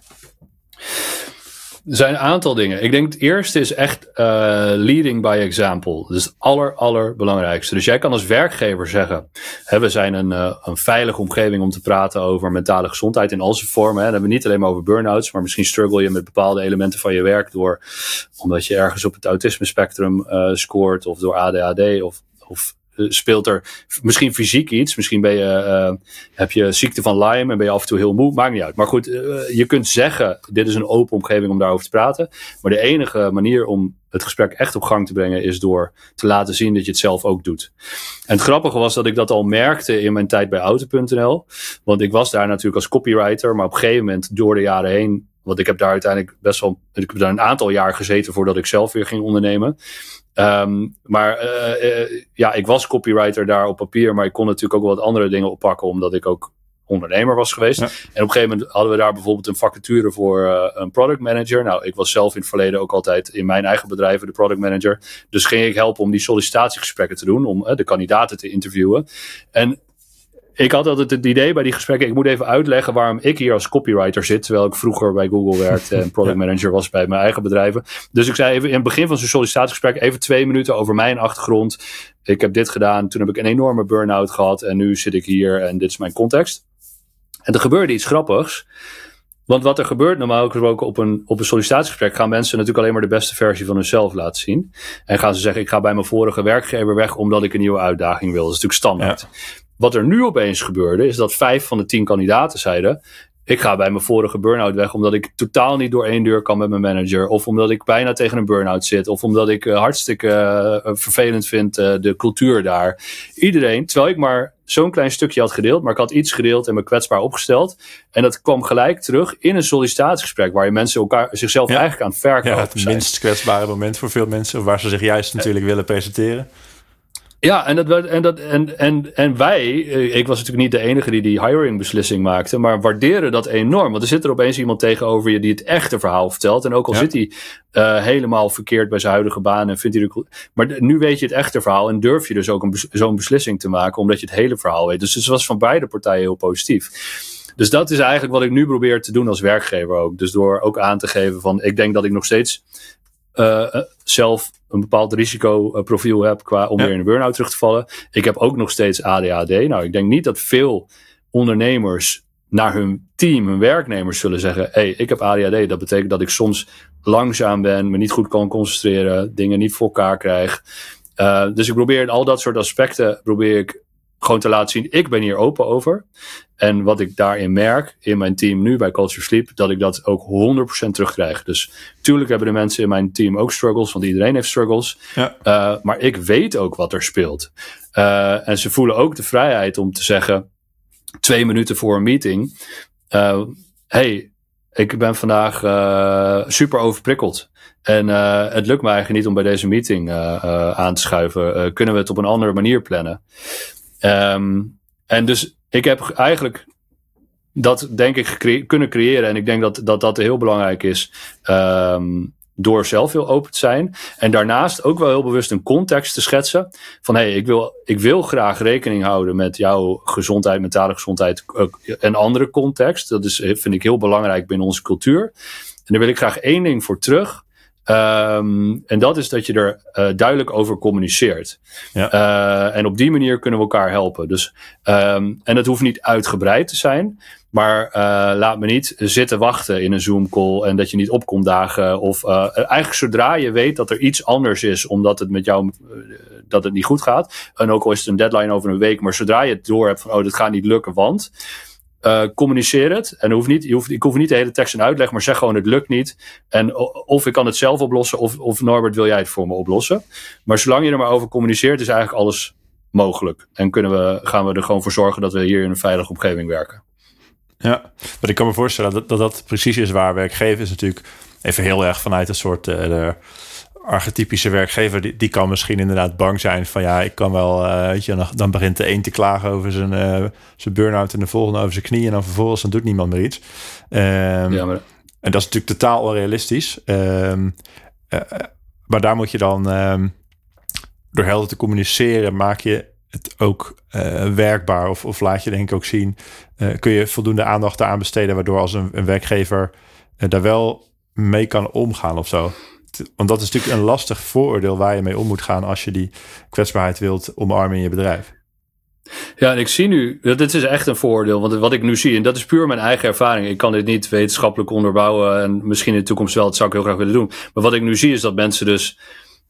Er zijn een aantal dingen. Ik denk het eerste is echt uh, leading by example. Dat is het aller, allerbelangrijkste. Dus jij kan als werkgever zeggen, hè, we zijn een, uh, een veilige omgeving om te praten over mentale gezondheid in al zijn vormen. Hè. Dan hebben we niet alleen maar over burn-outs, maar misschien struggle je met bepaalde elementen van je werk door, omdat je ergens op het autisme spectrum uh, scoort of door A D H D of, of speelt er misschien fysiek iets. Misschien ben je, uh, heb je ziekte van Lyme en ben je af en toe heel moe. Maakt niet uit. Maar goed, uh, je kunt zeggen, dit is een open omgeving om daarover te praten. Maar de enige manier om het gesprek echt op gang te brengen is door te laten zien dat je het zelf ook doet. En het grappige was dat ik dat al merkte in mijn tijd bij Auto punt n l. Want ik was daar natuurlijk als copywriter, maar op een gegeven moment door de jaren heen, want ik heb daar uiteindelijk best wel, ik heb daar een aantal jaar gezeten voordat ik zelf weer ging ondernemen. Um, maar uh, uh, ja, ik was copywriter daar op papier, maar ik kon natuurlijk ook wel wat andere dingen oppakken, omdat ik ook ondernemer was geweest. Ja. En op een gegeven moment hadden we daar bijvoorbeeld een vacature voor uh, een product manager. Nou, ik was zelf in het verleden ook altijd in mijn eigen bedrijven de product manager. Dus ging ik helpen om die sollicitatiegesprekken te doen, om uh, de kandidaten te interviewen. En ik had altijd het idee bij die gesprekken, ik moet even uitleggen waarom ik hier als copywriter zit, terwijl ik vroeger bij Google werkte en product manager was bij mijn eigen bedrijven. Dus ik zei even in het begin van zo'n sollicitatiegesprek even twee minuten over mijn achtergrond. Ik heb dit gedaan, toen heb ik een enorme burn-out gehad en nu zit ik hier en dit is mijn context. En er gebeurde iets grappigs. Want wat er gebeurt normaal gesproken op een, op een sollicitatiegesprek, gaan mensen natuurlijk alleen maar de beste versie van hunzelf laten zien. En gaan ze zeggen, ik ga bij mijn vorige werkgever weg omdat ik een nieuwe uitdaging wil. Dat is natuurlijk standaard. Ja. Wat er nu opeens gebeurde, is dat vijf van de tien kandidaten zeiden, ik ga bij mijn vorige burn-out weg omdat ik totaal niet door één deur kan met mijn manager. Of omdat ik bijna tegen een burn-out zit. Of omdat ik uh, hartstikke uh, vervelend vind uh, de cultuur daar. Iedereen, terwijl ik maar zo'n klein stukje had gedeeld, maar ik had iets gedeeld en me kwetsbaar opgesteld. En dat kwam gelijk terug in een sollicitatiegesprek, waar je mensen elkaar, zichzelf ja. eigenlijk aan het verkopen ja, het zijn. minst kwetsbare moment voor veel mensen, waar ze zich juist natuurlijk uh, willen presenteren. Ja, en, dat, en, dat, en, en, en wij, ik was natuurlijk niet de enige die die hiring beslissing maakte, maar waarderen dat enorm. Want er zit er opeens iemand tegenover je die het echte verhaal vertelt. En ook al ja. zit hij uh, helemaal verkeerd bij zijn huidige baan en vindt hij er, maar nu weet je het echte verhaal en durf je dus ook een, zo'n beslissing te maken, omdat je het hele verhaal weet. Dus het was van beide partijen heel positief. Dus dat is eigenlijk wat ik nu probeer te doen als werkgever ook. Dus door ook aan te geven van, ik denk dat ik nog steeds uh, zelf een bepaald risicoprofiel heb qua om ja. weer in een burn-out terug te vallen. Ik heb ook nog steeds A D H D. Nou, ik denk niet dat veel ondernemers naar hun team, hun werknemers zullen zeggen, hé, hey, ik heb A D H D. Dat betekent dat ik soms langzaam ben, me niet goed kan concentreren, dingen niet voor elkaar krijg. Uh, dus ik probeer in al dat soort aspecten, probeer ik gewoon te laten zien, ik ben hier open over. En wat ik daarin merk, in mijn team nu bij Culture Sleep, dat ik dat ook honderd procent terugkrijg. Dus tuurlijk hebben de mensen in mijn team ook struggles, want iedereen heeft struggles. Ja. Uh, maar ik weet ook wat er speelt. Uh, en ze voelen ook de vrijheid om te zeggen, twee minuten voor een meeting, uh, hey, ik ben vandaag uh, super overprikkeld. En uh, het lukt me eigenlijk niet om bij deze meeting uh, uh, aan te schuiven. Uh, kunnen we het op een andere manier plannen? Um, en dus ik heb eigenlijk dat denk ik gecre- kunnen creëren. En ik denk dat dat, dat heel belangrijk is. Um, door zelf heel open te zijn. En daarnaast ook wel heel bewust een context te schetsen. Van hé, hey, ik, wil, ik wil graag rekening houden met jouw gezondheid, mentale gezondheid. Ook een andere context. Dat is, vind ik heel belangrijk binnen onze cultuur. En daar wil ik graag één ding voor terug. Um, en dat is dat je er uh, duidelijk over communiceert. Ja. Uh, en op die manier kunnen we elkaar helpen. Dus, um, en dat hoeft niet uitgebreid te zijn. Maar uh, laat me niet zitten wachten in een Zoom-call en dat je niet opkomt dagen. Of uh, eigenlijk zodra je weet dat er iets anders is, omdat het met jou uh, dat het niet goed gaat. En ook al is het een deadline over een week, maar zodra je het door hebt van oh, dit gaat niet lukken, want Uh, communiceer het. En hoeft niet, je hoeft, ik hoef niet de hele tekst en uitleg, maar zeg gewoon het lukt niet. En of ik kan het zelf oplossen, of, of Norbert, wil jij het voor me oplossen? Maar zolang je er maar over communiceert, is eigenlijk alles mogelijk. En kunnen we, gaan we er gewoon voor zorgen dat we hier in een veilige omgeving werken. Ja, maar ik kan me voorstellen dat dat, dat precies is waar werkgevers natuurlijk even heel erg vanuit een soort uh, de archetypische werkgever, die, die kan misschien inderdaad bang zijn van ja, ik kan wel, uh, weet je, dan, dan begint de een te klagen over zijn, uh, zijn burn-out en de volgende over zijn knie en dan vervolgens dan doet niemand meer iets. Um, ja, maar... En dat is natuurlijk totaal onrealistisch. Um, uh, maar daar moet je dan um, door helder te communiceren, maak je het ook uh, werkbaar of, of laat je denk ik ook zien, uh, kun je voldoende aandacht aan besteden, waardoor als een, een werkgever uh, daar wel mee kan omgaan of zo. Want dat is natuurlijk een lastig vooroordeel waar je mee om moet gaan als je die kwetsbaarheid wilt omarmen in je bedrijf. Ja, en ik zie nu, dit is echt een vooroordeel, want wat ik nu zie, en dat is puur mijn eigen ervaring. Ik kan dit niet wetenschappelijk onderbouwen en misschien in de toekomst wel, dat zou ik heel graag willen doen. Maar wat ik nu zie is dat mensen dus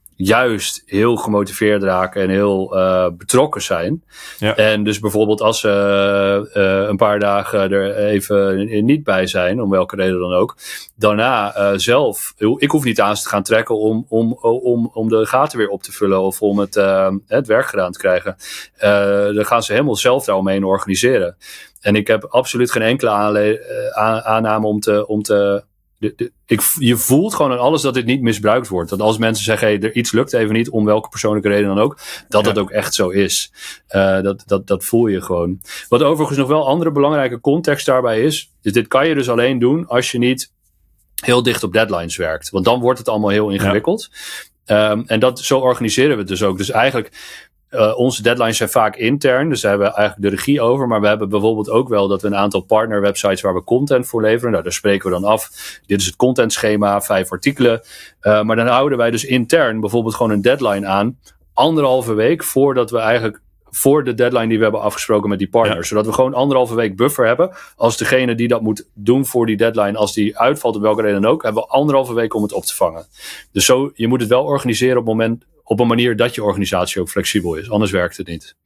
juist heel gemotiveerd raken en heel uh, betrokken zijn. Ja. En dus bijvoorbeeld als ze uh, uh, een paar dagen er even niet bij zijn, om welke reden dan ook, daarna uh, zelf, ik hoef niet aan ze te gaan trekken om, om, om, om de gaten weer op te vullen of om het, uh, het werk gedaan te krijgen. Uh, dan gaan ze helemaal zelf daaromheen organiseren. En ik heb absoluut geen enkele aanle- aan, aanname om te, om te De, de, ik, je voelt gewoon aan alles dat dit niet misbruikt wordt. Dat als mensen zeggen, hey, er iets lukt even niet, om welke persoonlijke reden dan ook, dat ja. dat ook echt zo is. Uh, dat, dat, dat voel je gewoon. Wat overigens nog wel andere belangrijke context daarbij is, is dit kan je dus alleen doen als je niet heel dicht op deadlines werkt. Want dan wordt het allemaal heel ingewikkeld. Ja. Um, en dat, zo organiseren we het dus ook. Dus eigenlijk, Uh, onze deadlines zijn vaak intern, dus daar hebben we eigenlijk de regie over. Maar we hebben bijvoorbeeld ook wel dat we een aantal partner websites waar we content voor leveren. Nou, daar spreken we dan af. Dit is het contentschema, vijf artikelen. Uh, maar dan houden wij dus intern bijvoorbeeld gewoon een deadline aan. Anderhalve week voordat we eigenlijk voor de deadline die we hebben afgesproken met die partners. Ja. Zodat we gewoon anderhalve week buffer hebben. Als degene die dat moet doen voor die deadline, als die uitvalt op welke reden dan ook, hebben we anderhalve week om het op te vangen. Dus zo, je moet het wel organiseren op het moment, op een manier dat je organisatie ook flexibel is. Anders werkt het niet.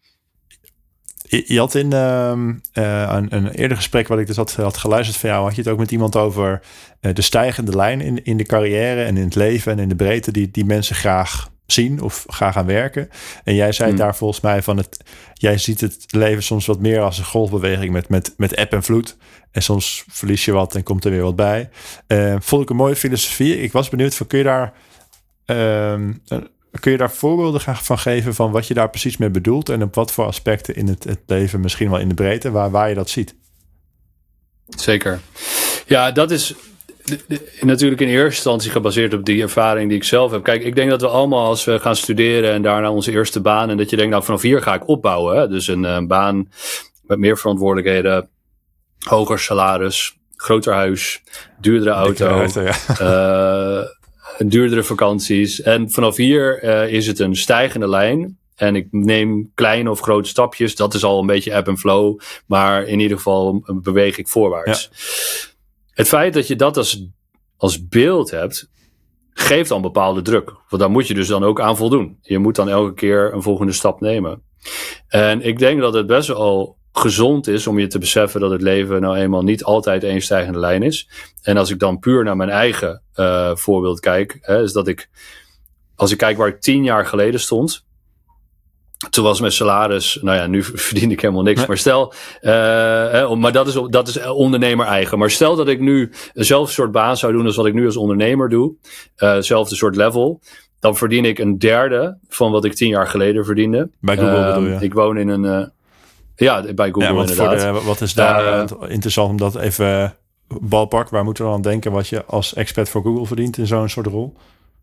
Je, je had in uh, uh, een, een eerder gesprek wat ik dus had, had geluisterd van jou, had je het ook met iemand over uh, de stijgende lijn in, in de carrière en in het leven en in de breedte die, die mensen graag zien of graag aan werken. En jij zei hmm. daar volgens mij van het, jij ziet het leven soms wat meer als een golfbeweging met, met, met eb en vloed. En soms verlies je wat en komt er weer wat bij. Uh, vond ik een mooie filosofie. Ik was benieuwd van, kun je daar uh, kun je daar voorbeelden van geven van wat je daar precies mee bedoelt en op wat voor aspecten in het, het leven, misschien wel in de breedte, waar, waar je dat ziet? Zeker. Ja, dat is de, de, natuurlijk in eerste instantie gebaseerd op die ervaring die ik zelf heb. Kijk, ik denk dat we allemaal als we gaan studeren en daarna onze eerste baan, en dat je denkt, nou vanaf hier ga ik opbouwen. Hè? Dus een, een baan met meer verantwoordelijkheden, hoger salaris, groter huis, duurdere auto, auto ja. uh, duurdere vakanties. En vanaf hier uh, is het een stijgende lijn. En ik neem kleine of grote stapjes. Dat is al een beetje ebb en flow. Maar in ieder geval beweeg ik voorwaarts. Ja. Het feit dat je dat als, als beeld hebt, geeft dan bepaalde druk. Want daar moet je dus dan ook aan voldoen. Je moet dan elke keer een volgende stap nemen. En ik denk dat het best wel gezond is om je te beseffen dat het leven nou eenmaal niet altijd één stijgende lijn is. En als ik dan puur naar mijn eigen uh, voorbeeld kijk, hè, is dat ik, als ik kijk waar ik tien jaar geleden stond, toen was mijn salaris, nou ja, nu verdien ik helemaal niks. Nee. Maar stel, uh, hè, maar dat is, dat is ondernemer eigen. Maar stel dat ik nu eenzelfde soort baan zou doen als wat ik nu als ondernemer doe, uh, hetzelfde soort level, dan verdien ik een derde van wat ik tien jaar geleden verdiende. Bij Google uh, bedoel je? Ik woon in een... Uh, ja, bij Google ja, inderdaad. Voor de, wat is daar uh, interessant om dat even ballpark, waar moeten we aan denken wat je als expert voor Google verdient in zo'n soort rol?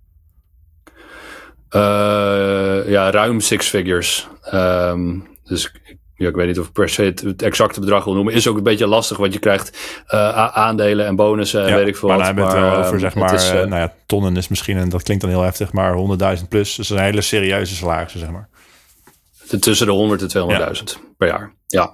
Uh, ja, ruim six figures. Um, dus ja, ik weet niet of ik per se het, het exacte bedrag wil noemen. Is ook een beetje lastig, want je krijgt uh, aandelen en bonussen en ja, weet ik veel maar wat. Maar dan hebben we het wel over, zeg maar, is, uh, nou ja, tonnen is misschien, en dat klinkt dan heel heftig, maar honderdduizend plus. Dus een hele serieuze salarissen, zeg maar. Tussen de honderd en tweehonderdduizend ja. per jaar. Ja.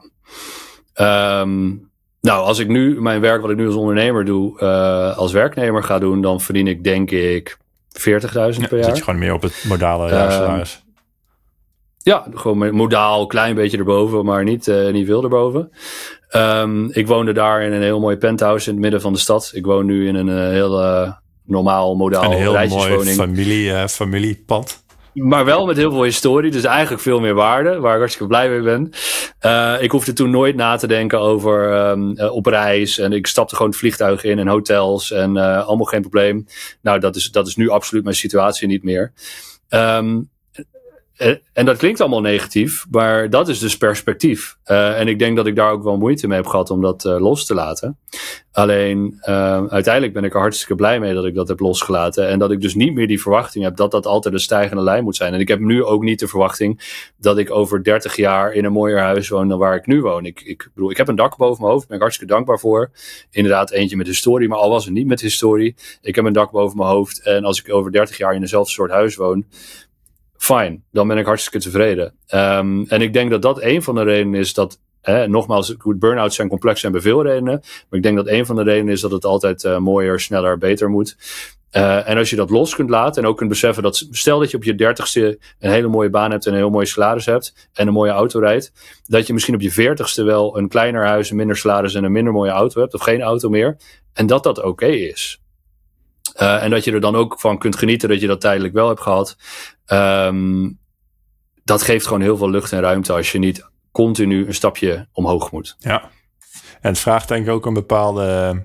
Um, nou, als ik nu mijn werk, wat ik nu als ondernemer doe, uh, als werknemer ga doen, dan verdien ik denk ik veertigduizend ja, per jaar. Zit je gewoon meer op het modale jaarsalaris. Um, ja, gewoon modaal, een klein beetje erboven, maar niet, uh, niet veel erboven. Um, ik woonde daar in een heel mooi penthouse in het midden van de stad. Ik woon nu in een uh, heel uh, normaal, modaal rijtjeswoning. Een heel mooi familie, uh, familiepand. Maar wel met heel veel historie, dus eigenlijk veel meer waarde, waar ik hartstikke blij mee ben. Uh, ik hoefde toen nooit na te denken over um, uh, op reis. En ik stapte gewoon het vliegtuig in en hotels en uh, allemaal geen probleem. Nou, dat is, dat is nu absoluut mijn situatie niet meer. Um, En dat klinkt allemaal negatief, maar dat is dus perspectief. Uh, en ik denk dat ik daar ook wel moeite mee heb gehad om dat uh, los te laten. Alleen, uh, uiteindelijk ben ik er hartstikke blij mee dat ik dat heb losgelaten. En dat ik dus niet meer die verwachting heb dat dat altijd een stijgende lijn moet zijn. En ik heb nu ook niet de verwachting dat ik over dertig jaar in een mooier huis woon dan waar ik nu woon. Ik, ik bedoel, ik heb een dak boven mijn hoofd, daar ben ik hartstikke dankbaar voor. Inderdaad, eentje met historie, maar al was het niet met historie. Ik heb een dak boven mijn hoofd en als ik over dertig jaar in dezelfde soort huis woon, fine, dan ben ik hartstikke tevreden. Um, en ik denk dat dat een van de redenen is dat, hè, nogmaals, burn-outs zijn complex en hebben veel redenen, maar ik denk dat een van de redenen is dat het altijd uh, mooier, sneller, beter moet. Uh, en als je dat los kunt laten en ook kunt beseffen dat, stel dat je op je dertigste een hele mooie baan hebt en een heel mooi salaris hebt en een mooie auto rijdt, dat je misschien op je veertigste wel een kleiner huis, een minder salaris en een minder mooie auto hebt, of geen auto meer, en dat dat oké okay is. Uh, en dat je er dan ook van kunt genieten dat je dat tijdelijk wel hebt gehad. Um, dat geeft gewoon heel veel lucht en ruimte als je niet continu een stapje omhoog moet. Ja, en het vraagt denk ik ook een bepaalde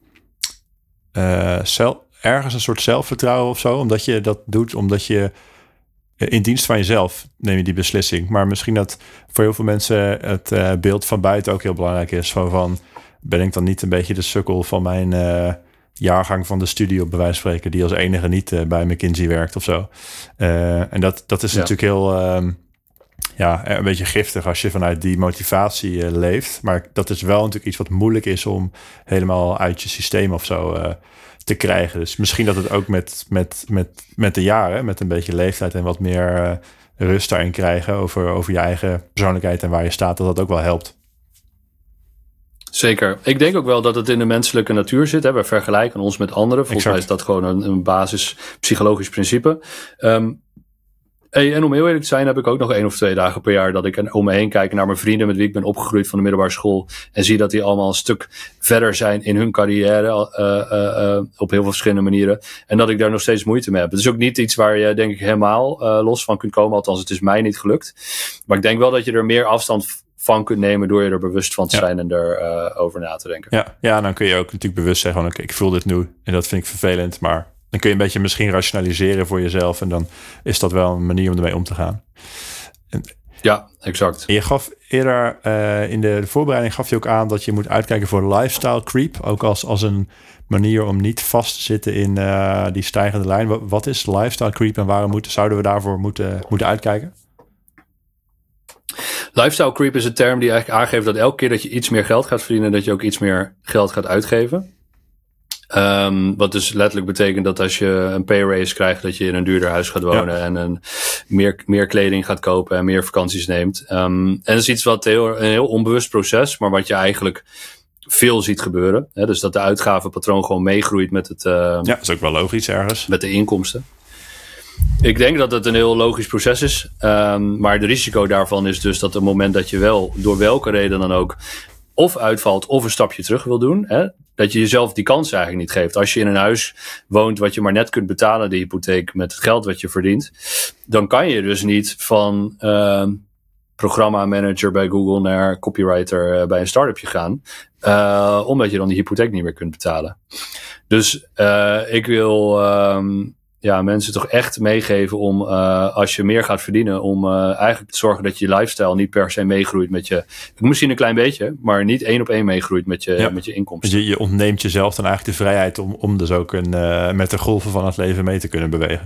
uh, zelf, ergens een soort zelfvertrouwen of zo. Omdat je dat doet, omdat je in dienst van jezelf neem je die beslissing. Maar misschien dat voor heel veel mensen het uh, beeld van buiten ook heel belangrijk is. Van, van ben ik dan niet een beetje de sukkel van mijn Uh, jaargang van de studie op bij wijze van spreken, die als enige niet uh, bij McKinsey werkt of zo. Uh, en dat, dat is ja. natuurlijk heel um, ja, een beetje giftig als je vanuit die motivatie uh, leeft. Maar dat is wel natuurlijk iets wat moeilijk is om helemaal uit je systeem of zo uh, te krijgen. Dus misschien dat het ook met, met, met, met de jaren, met een beetje leeftijd en wat meer uh, rust daarin krijgen over, over je eigen persoonlijkheid en waar je staat, dat dat ook wel helpt. Zeker. Ik denk ook wel dat het in de menselijke natuur zit. Hè. We vergelijken ons met anderen. Volgens exact. mij is dat gewoon een, een basis psychologisch principe. Um, hey, en om heel eerlijk te zijn heb ik ook nog één of twee dagen per jaar dat ik om me heen kijk naar mijn vrienden met wie ik ben opgegroeid van de middelbare school en zie dat die allemaal een stuk verder zijn in hun carrière uh, uh, uh, op heel veel verschillende manieren. En dat ik daar nog steeds moeite mee heb. Het is ook niet iets waar je denk ik helemaal uh, los van kunt komen. Althans, het is mij niet gelukt. Maar ik denk wel dat je er meer afstand van kunt nemen door je er bewust van te zijn ja. en er uh, over na te denken. Ja, ja, dan kun je ook natuurlijk bewust zeggen, oké, okay, ik voel dit nu en dat vind ik vervelend, maar Dan kun je een beetje misschien rationaliseren voor jezelf. En dan is dat wel een manier om ermee om te gaan. En, ja, exact. Je gaf eerder uh, in de, de voorbereiding gaf je ook aan dat je moet uitkijken voor lifestyle creep. Ook als, als een manier om niet vast te zitten in uh, die stijgende lijn. Wat, wat is lifestyle creep en waarom moeten, zouden we daarvoor moeten, moeten uitkijken? Lifestyle creep is een term die eigenlijk aangeeft dat elke keer dat je iets meer geld gaat verdienen, dat je ook iets meer geld gaat uitgeven. Um, wat dus letterlijk betekent dat als je een pay raise krijgt, dat je in een duurder huis gaat wonen ja. en een, meer, meer kleding gaat kopen en meer vakanties neemt. Um, en dat is iets wat heel, een heel onbewust proces, maar wat je eigenlijk veel ziet gebeuren. Hè? Dus dat de uitgavenpatroon gewoon meegroeit met het... Uh, ja, dat is ook wel logisch ergens. Met de inkomsten. Ik denk dat het een heel logisch proces is. Um, maar de risico daarvan is dus dat op het moment dat je wel, door welke reden dan ook, of uitvalt of een stapje terug wil doen, hè, dat je jezelf die kans eigenlijk niet geeft. Als je in een huis woont wat je maar net kunt betalen, de hypotheek, met het geld wat je verdient, dan kan je dus niet van uh, programma-manager bij Google naar copywriter uh, bij een start-upje gaan, uh, omdat je dan die hypotheek niet meer kunt betalen. Dus uh, ik wil... Um, Ja, mensen toch echt meegeven om, uh, als je meer gaat verdienen, om uh, eigenlijk te zorgen dat je lifestyle niet per se meegroeit met je, misschien een klein beetje, maar niet één op één meegroeit met je, ja. met je inkomsten. Je, je ontneemt jezelf dan eigenlijk de vrijheid om, om dus ook een, uh, met de golven van het leven mee te kunnen bewegen.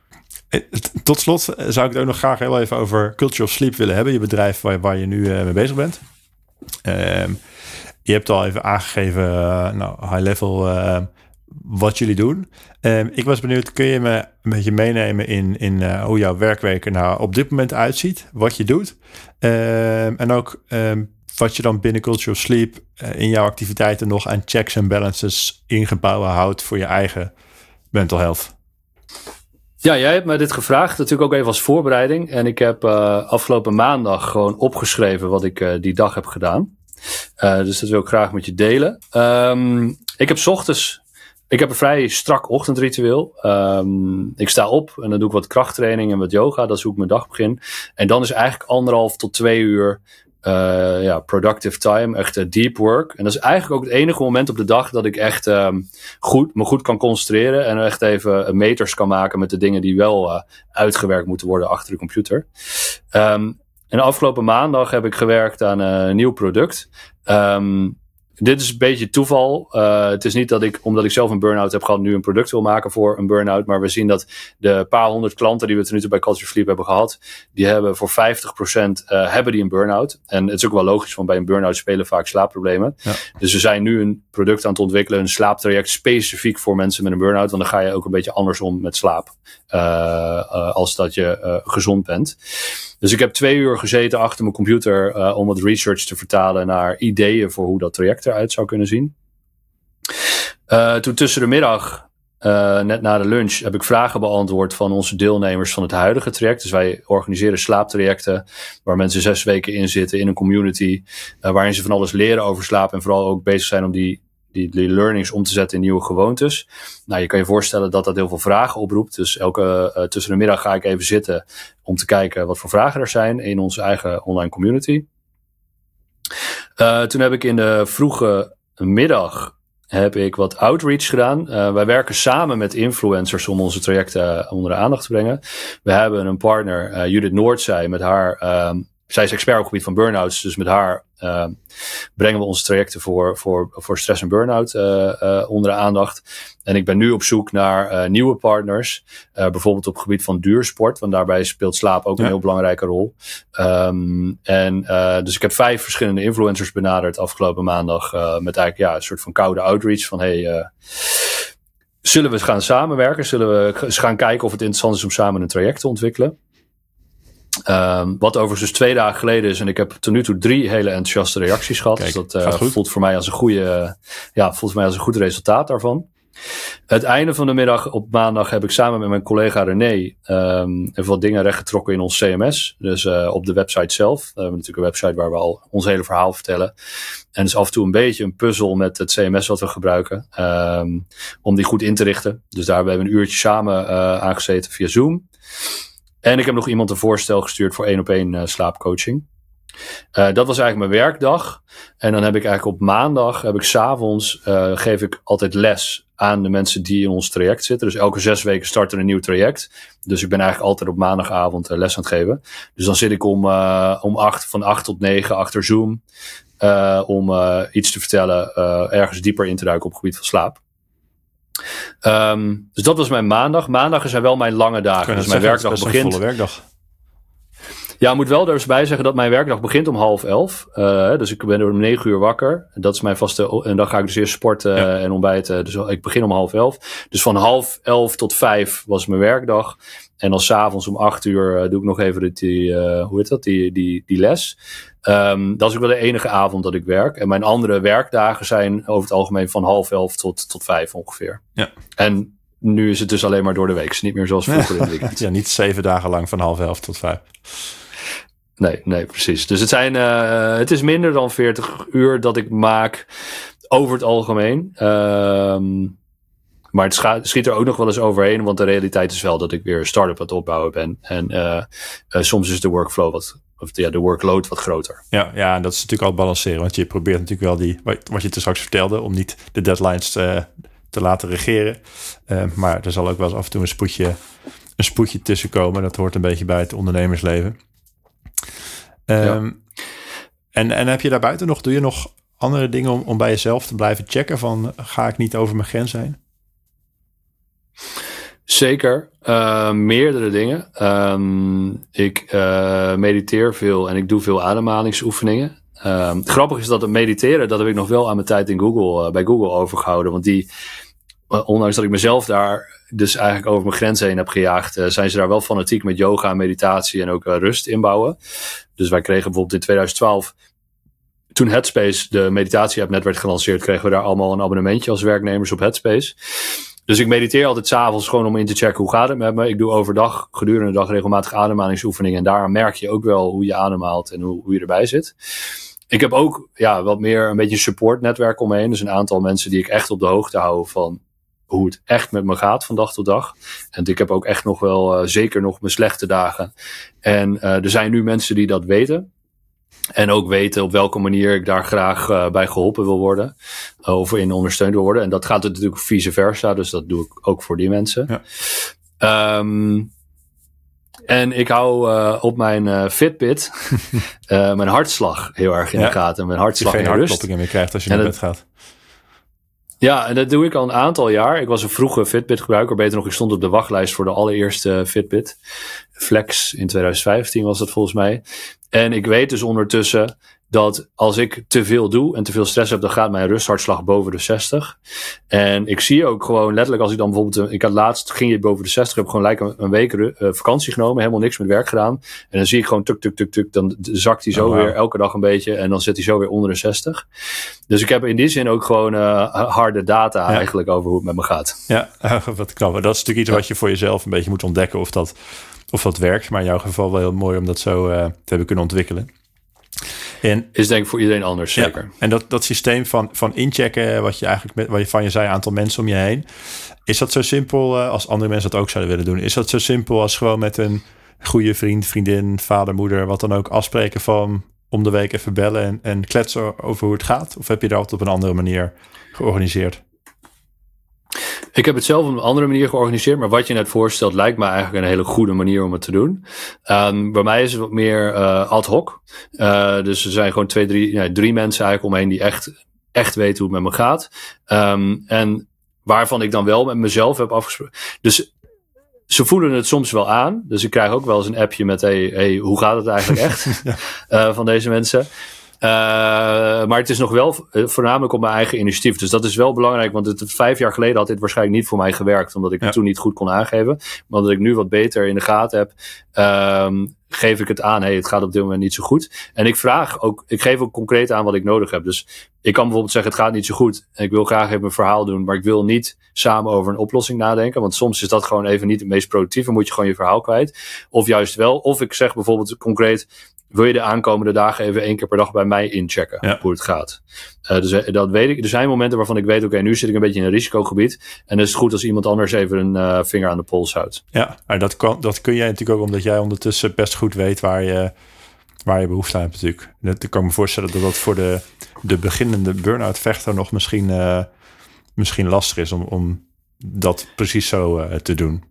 Tot slot zou ik het ook nog graag heel even over Culture of Sleep willen hebben, je bedrijf waar, waar je nu uh, mee bezig bent. Uh, je hebt al even aangegeven, uh, nou, high level, uh, wat jullie doen. Um, ik was benieuwd, kun je me een beetje meenemen in, in uh, hoe jouw werkweek er nou op dit moment uitziet, wat je doet um, en ook um, wat je dan binnen Culture of Sleep uh, in jouw activiteiten nog aan checks en balances ingebouwen houdt voor je eigen mental health. Ja, jij hebt mij dit gevraagd, natuurlijk ook even als voorbereiding. En ik heb uh, afgelopen maandag gewoon opgeschreven wat ik uh, die dag heb gedaan. Uh, dus dat wil ik graag met je delen. Um, ik heb 's ochtends... Ik heb een vrij strak ochtendritueel. Um, ik sta op en dan doe ik wat krachttraining en wat yoga. Dat is hoe ik mijn dag begin. En dan is eigenlijk anderhalf tot twee uur uh, ja, productive time. Echt uh, deep work. En dat is eigenlijk ook het enige moment op de dag dat ik echt um, goed, me goed kan concentreren. En echt even meters kan maken met de dingen die wel uh, uitgewerkt moeten worden achter de computer. Um, en de afgelopen maandag heb ik gewerkt aan uh, een nieuw product. Um, Dit is een beetje toeval. Uh, het is niet dat ik, omdat ik zelf een burn-out heb gehad, nu een product wil maken voor een burn-out. Maar we zien dat de paar honderd klanten die we tot nu toe bij Culture of Sleep hebben gehad, die hebben voor vijftig procent uh, hebben die een burn-out. En het is ook wel logisch, want bij een burn-out spelen vaak slaapproblemen. Ja. Dus we zijn nu een product aan het ontwikkelen, een slaaptraject specifiek voor mensen met een burn-out. Want dan ga je ook een beetje anders om met slaap. Uh, uh, als dat je uh, gezond bent. Dus ik heb twee uur gezeten achter mijn computer uh, om wat research te vertalen naar ideeën voor hoe dat traject eruit zou kunnen zien. Uh, toen tussen de middag, uh, net na de lunch, heb ik vragen beantwoord van onze deelnemers van het huidige traject. Dus wij organiseren slaaptrajecten waar mensen zes weken in zitten in een community. Uh, waarin ze van alles leren over slaap en vooral ook bezig zijn om die Die, die learnings om te zetten in nieuwe gewoontes. Nou, je kan je voorstellen dat dat heel veel vragen oproept. Dus elke uh, tussen de middag ga ik even zitten om te kijken wat voor vragen er zijn in onze eigen online community. Uh, toen heb ik in de vroege middag heb ik wat outreach gedaan. Uh, wij werken samen met influencers om onze trajecten onder de aandacht te brengen. We hebben een partner, uh, Judith Noordzij, met haar... Uh, Zij is expert op het gebied van burn-outs, dus met haar uh, brengen we onze trajecten voor, voor, voor stress en burn-out uh, uh, onder de aandacht. En ik ben nu op zoek naar uh, nieuwe partners, uh, bijvoorbeeld op het gebied van duursport, want daarbij speelt slaap ook ja. een heel belangrijke rol. Um, en uh, dus ik heb vijf verschillende influencers benaderd afgelopen maandag, uh, met eigenlijk ja, een soort van koude outreach van hey, uh, zullen we gaan samenwerken? Zullen we eens gaan kijken of het interessant is om samen een traject te ontwikkelen? Um, wat overigens dus twee dagen geleden is. En ik heb tot nu toe drie hele enthousiaste reacties gehad. Kijk, dus dat uh, voelt voor mij als een goede, uh, ja, voelt voor mij als een goed resultaat daarvan. Het einde van de middag op maandag heb ik samen met mijn collega René um, even wat dingen rechtgetrokken in ons C M S. Dus uh, op de website zelf. We hebben natuurlijk een website waar we al ons hele verhaal vertellen. En het is af en toe een beetje een puzzel met het C M S wat we gebruiken. Um, om die goed in te richten. Dus daar hebben we een uurtje samen uh, aangezeten via Zoom. En ik heb nog iemand een voorstel gestuurd voor één op één uh, slaapcoaching. Uh, dat was eigenlijk mijn werkdag. En dan heb ik eigenlijk op maandag, heb ik 's avonds, uh, geef ik altijd les aan de mensen die in ons traject zitten. Dus elke zes weken start er een nieuw traject. Dus ik ben eigenlijk altijd op maandagavond uh, les aan het geven. Dus dan zit ik om, uh, om acht, van acht tot negen achter Zoom. Uh, om uh, iets te vertellen, uh, ergens dieper in te duiken op het gebied van slaap. Um, dus dat was mijn maandag. Maandagen zijn wel mijn lange dagen. Dus mijn zeggen, werkdag best begint. Een volle werkdag. Ja, ik moet wel er eens bij zeggen dat mijn werkdag begint om half elf. Uh, dus ik ben om negen uur wakker. Dat is mijn vaste. En dan ga ik dus eerst sporten ja. en ontbijten. Dus ik begin om half elf. Dus van half elf tot vijf was mijn werkdag. En dan 's avonds om acht uur uh, doe ik nog even die, uh, hoe heet dat, die, die, die les. Um, dat is ook wel de enige avond dat ik werk. En mijn andere werkdagen zijn over het algemeen van half elf tot, tot vijf ongeveer. Ja. En nu is het dus alleen maar door de week. Het is niet meer zoals vroeger in het weekend. Ja, niet zeven dagen lang van half elf tot vijf. Nee, nee, precies. Dus het, zijn, uh, het is minder dan veertig uur dat ik maak over het algemeen. Um, maar het scha- schiet er ook nog wel eens overheen. Want de realiteit is wel dat ik weer een start-up aan het opbouwen ben. En uh, uh, soms is de workflow wat, of ja, de workload wat groter. Ja, ja, en dat is natuurlijk al balanceren. Want je probeert natuurlijk wel die, wat je te straks vertelde, om niet de deadlines uh, te laten regeren. Uh, maar er zal ook wel eens af en toe een spoedje, een spoedje tussen komen. Dat hoort een beetje bij het ondernemersleven. Um, ja. en, en heb je daarbuiten nog, doe je nog andere dingen om, om bij jezelf te blijven checken van, ga ik niet over mijn grens heen? Zeker, uh, meerdere dingen. Um, ik uh, mediteer veel en ik doe veel ademhalingsoefeningen. Um, grappig is dat het mediteren, dat heb ik nog wel aan mijn tijd in Google, uh, bij Google overgehouden. Want die, uh, ondanks dat ik mezelf daar dus eigenlijk over mijn grens heen heb gejaagd, uh, zijn ze daar wel fanatiek met yoga en meditatie en ook uh, rust inbouwen. Dus wij kregen bijvoorbeeld in twintig twaalf, toen Headspace, de meditatie-app, net werd gelanceerd, kregen we daar allemaal een abonnementje als werknemers op Headspace. Dus ik mediteer altijd 's avonds gewoon om in te checken hoe gaat het met me. Ik doe overdag gedurende de dag regelmatig ademhalingsoefeningen. En daar merk je ook wel hoe je ademhaalt en hoe, hoe je erbij zit. Ik heb ook ja, wat meer een beetje een supportnetwerk omheen. Dus een aantal mensen die ik echt op de hoogte hou van hoe het echt met me gaat van dag tot dag. En ik heb ook echt nog wel uh, zeker nog mijn slechte dagen. En uh, er zijn nu mensen die dat weten. En ook weten op welke manier ik daar graag uh, bij geholpen wil worden. Uh, of in ondersteund wil worden. En dat gaat natuurlijk vice versa. Dus dat doe ik ook voor die mensen. Ja. Um, en ik hou uh, op mijn uh, Fitbit uh, mijn hartslag heel erg in ja. de gaten. Mijn hartslag en rust. Je geen hartkloppingen meer krijgt als je en naar bed gaat. Ja, en dat doe ik al een aantal jaar. Ik was een vroege Fitbit gebruiker. Beter nog, ik stond op de wachtlijst voor de allereerste Fitbit. Flex in twintig vijftien was dat volgens mij. En ik weet dus ondertussen dat als ik te veel doe en te veel stress heb, dan gaat mijn rusthartslag boven de zestig. En ik zie ook gewoon letterlijk als ik dan bijvoorbeeld, ik had laatst, ging je boven de zestig, heb gewoon lijkt een week uh, vakantie genomen, helemaal niks met werk gedaan. En dan zie ik gewoon tuk, tuk, tuk, tuk, dan zakt hij zo oh, wow. weer elke dag een beetje en dan zit hij zo weer onder de zestig. Dus ik heb in die zin ook gewoon uh, harde data ja. eigenlijk over hoe het met me gaat. Ja, wat knap. Dat is natuurlijk iets ja. wat je voor jezelf een beetje moet ontdekken of dat, of dat werkt. Maar in jouw geval wel heel mooi om dat zo uh, te hebben kunnen ontwikkelen. En, is denk ik voor iedereen anders, zeker. Ja, en dat, dat systeem van, van inchecken, wat je eigenlijk met, wat je van je zei, aantal mensen om je heen. Is dat zo simpel uh, als andere mensen dat ook zouden willen doen? Is dat zo simpel als gewoon met een goede vriend, vriendin, vader, moeder, wat dan ook, afspreken van om de week even bellen en, en kletsen over hoe het gaat? Of heb je dat altijd op een andere manier georganiseerd? Ik heb het zelf op een andere manier georganiseerd, maar wat je net voorstelt lijkt me eigenlijk een hele goede manier om het te doen. Um, bij mij is het wat meer uh, ad hoc. Uh, dus er zijn gewoon twee, drie, ja, drie mensen eigenlijk omheen die echt, echt weten hoe het met me gaat. Um, en waarvan ik dan wel met mezelf heb afgesproken. Dus ze voelen het soms wel aan. Dus ik krijg ook wel eens een appje met, hey, hey hoe gaat het eigenlijk echt ja. uh, van deze mensen. Uh, maar het is nog wel uh, voornamelijk op mijn eigen initiatief. Dus dat is wel belangrijk, want het, vijf jaar geleden had dit waarschijnlijk niet voor mij gewerkt, omdat ik ja. het toen niet goed kon aangeven. Maar omdat ik nu wat beter in de gaten heb, um, geef ik het aan, hey, het gaat op dit moment niet zo goed. En ik vraag ook, ik geef ook concreet aan wat ik nodig heb. Dus ik kan bijvoorbeeld zeggen, het gaat niet zo goed. En ik wil graag even een verhaal doen, maar ik wil niet samen over een oplossing nadenken. Want soms is dat gewoon even niet het meest productieve. Moet je gewoon je verhaal kwijt. Of juist wel. Of ik zeg bijvoorbeeld concreet, wil je de aankomende dagen even één keer per dag bij mij inchecken ja. hoe het gaat. Uh, dus dat weet ik. Er zijn momenten waarvan ik weet, oké, okay, nu zit ik een beetje in een risicogebied. En dan is het goed als iemand anders even een uh, vinger aan de pols houdt. Ja, maar dat, kan, dat kun jij natuurlijk ook omdat jij ondertussen best goed weet waar je, waar je behoefte aan hebt natuurlijk. Dat, ik kan me voorstellen dat dat voor de, de beginnende burn-out vechter nog misschien, uh, misschien lastig is om, om dat precies zo uh, te doen.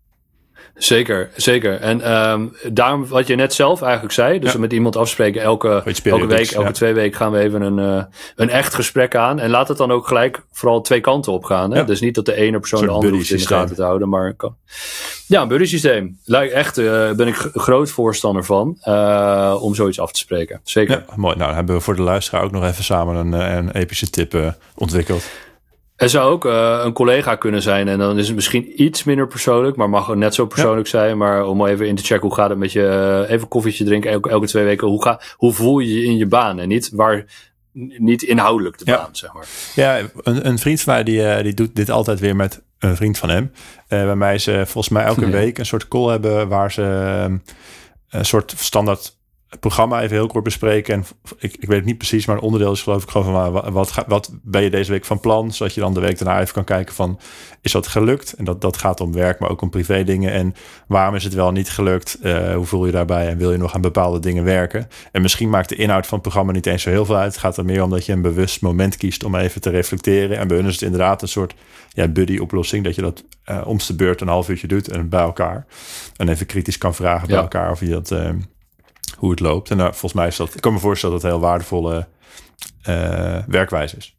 Zeker, zeker. En um, daarom wat je net zelf eigenlijk zei, dus ja. met iemand afspreken elke, elke week, elke ja. twee weken gaan we even een, uh, een echt gesprek aan. En laat het dan ook gelijk vooral twee kanten op gaan. Hè? Ja. Dus niet dat de ene persoon de andere hoeft in de gaten te houden. Maar kan... Ja, een buddy systeem. Echt uh, ben ik g- groot voorstander van uh, om zoiets af te spreken. Zeker. Ja, mooi. Nou, dan hebben we voor de luisteraar ook nog even samen een, een epische tip uh, ontwikkeld. Er zou ook uh, een collega kunnen zijn en dan is het misschien iets minder persoonlijk, maar mag net zo persoonlijk ja. zijn. Maar om even in te checken, hoe gaat het met je, uh, even koffietje drinken elke, elke twee weken. Hoe, ga, hoe voel je je in je baan en niet, waar, niet inhoudelijk de ja. baan, zeg maar. Ja, een, een vriend van mij die, uh, die doet dit altijd weer met een vriend van hem. Uh, waarbij ze volgens mij elke ja. week een soort call hebben waar ze uh, een soort standaard programma even heel kort bespreken. En ik, ik weet het niet precies, maar een onderdeel is geloof ik gewoon van wat, wat, wat ben je deze week van plan? Zodat je dan de week daarna even kan kijken van, is dat gelukt? En dat, dat gaat om werk, maar ook om privé dingen. En waarom is het wel niet gelukt? Uh, hoe voel je daarbij? En wil je nog aan bepaalde dingen werken? En misschien maakt de inhoud van het programma niet eens zo heel veel uit. Het gaat er meer om dat je een bewust moment kiest om even te reflecteren. En bij hun is het inderdaad een soort ja, buddy-oplossing. Dat je dat uh, om de beurt een half uurtje doet en bij elkaar. En even kritisch kan vragen ja. bij elkaar of je dat... Uh, hoe het loopt. En nou, volgens mij is dat... Ik kan me voorstellen dat het een heel waardevolle uh, werkwijze is.